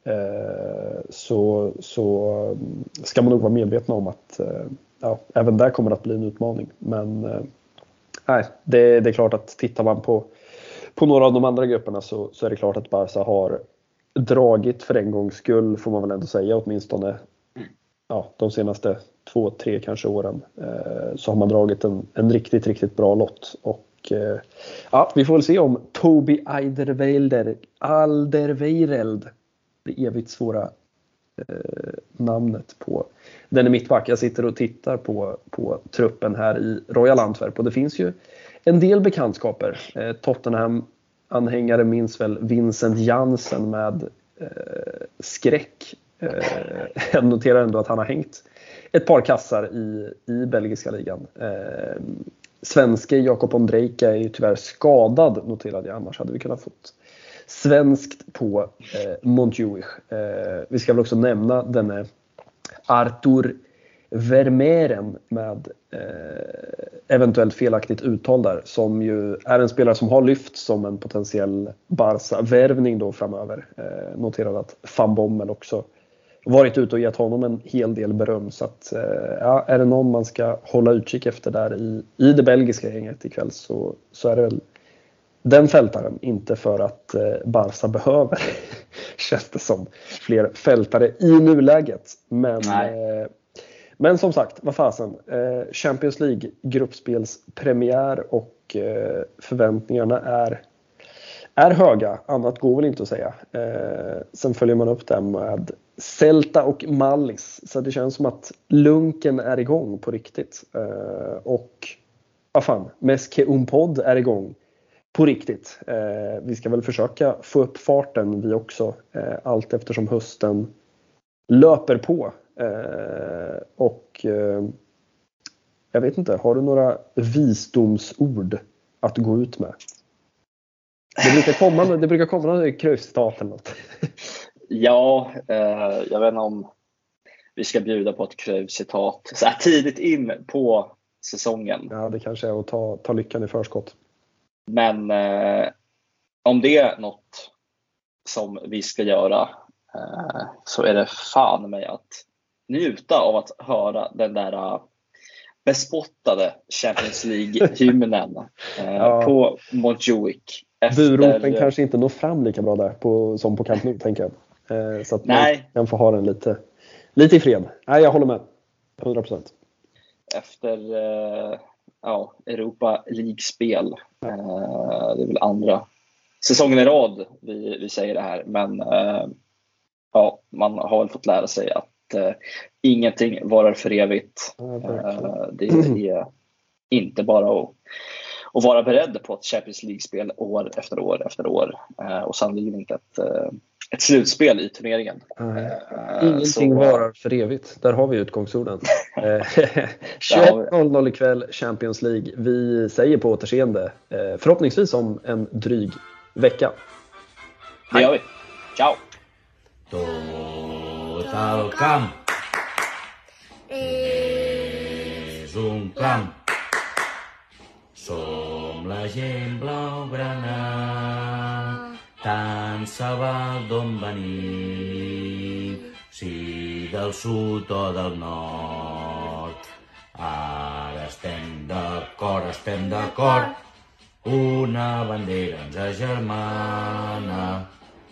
Så ska man nog vara medvetna om att även där kommer det att bli en utmaning. Men det är klart att tittar man på några av de andra grupperna, så är det klart att Barca har dragit för en gångs skull, får man väl ändå säga, åtminstone de senaste 2-3 kanske åren, så har man dragit en riktigt, riktigt bra lott. Och vi får väl se om Toby Alderweireld, det evigt svåra namnet på den är mittback. Jag sitter och tittar på truppen här i Royal Antwerp, och det finns ju en del bekantskaper. Tottenham-anhängare minns väl Vincent Janssen med skräck. Jag noterar ändå att han har hängt ett par kassar i belgiska ligan. Svenske Jakob Ondrejka är ju tyvärr skadad, noterade jag, annars hade vi kunnat fått svenskt på Montjuich. Vi ska väl också nämna denne Artur Vermeeren med eventuellt felaktigt uttal där, som ju är en spelare som har lyft som en potentiell Barca-värvning då framöver. Noterade att Van Bommel också varit ute och gett honom en hel del beröm, så att är det någon man ska hålla utkik efter där i det belgiska gänget ikväll, så är det väl den fältaren. Inte för att Barca behöver känns det som fler fältare i nuläget, men som sagt, vad fasen, Champions League gruppspelspremiär, och förväntningarna är höga, annat går väl inte att säga. Sen följer man upp det med Celta och Mallis, så det känns som att lunken är igång på riktigt. Och vad fan, Meske Umpod är igång på riktigt. Vi ska väl försöka få upp farten vi också, allt eftersom hösten löper på. Och jag vet inte, har du några visdomsord att gå ut med? Det brukar komma några Cruyff-citat eller något. Ja, jag vet inte om vi ska bjuda på ett Cruyff-citat så här tidigt in på säsongen. Ja, det kanske är att ta lyckan i förskott. Men om det är något som vi ska göra, så är det fan mig att njuta av att höra den där bespottade Champions League-hymnen på Montjuic. Buropen kanske inte når fram lika bra där som på Camp Nou, tänker jag. Så att man kan få ha den lite i fred. Nej, jag håller med. 100%. Efter Europa League-spel. Det är väl andra säsongen i rad vi säger det här. Men man har väl fått lära sig att ingenting varar för evigt. Det är inte bara att vara beredd på ett Champions League-spel år efter år efter år. Och sannolikt inte ett slutspel i turneringen. Ingenting varar för evigt. Där har vi utgångsorden. 21.00 ikväll, Champions League. Vi säger på återseende, förhoppningsvis om en dryg vecka. Det gör vi. Ciao! Tot el camp és un camp. Som la gent blaugrana, tant se val d'on venim, si del sud o del nord. Ara estem d'acord, una bandera ens agermana,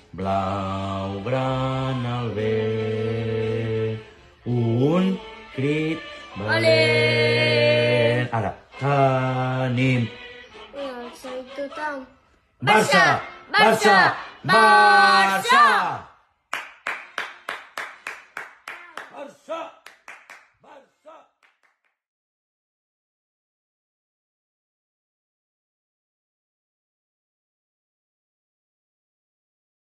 blaugrana al bé, un crit valent. Ara, tenim Soy total. Barça! Barça! Barça!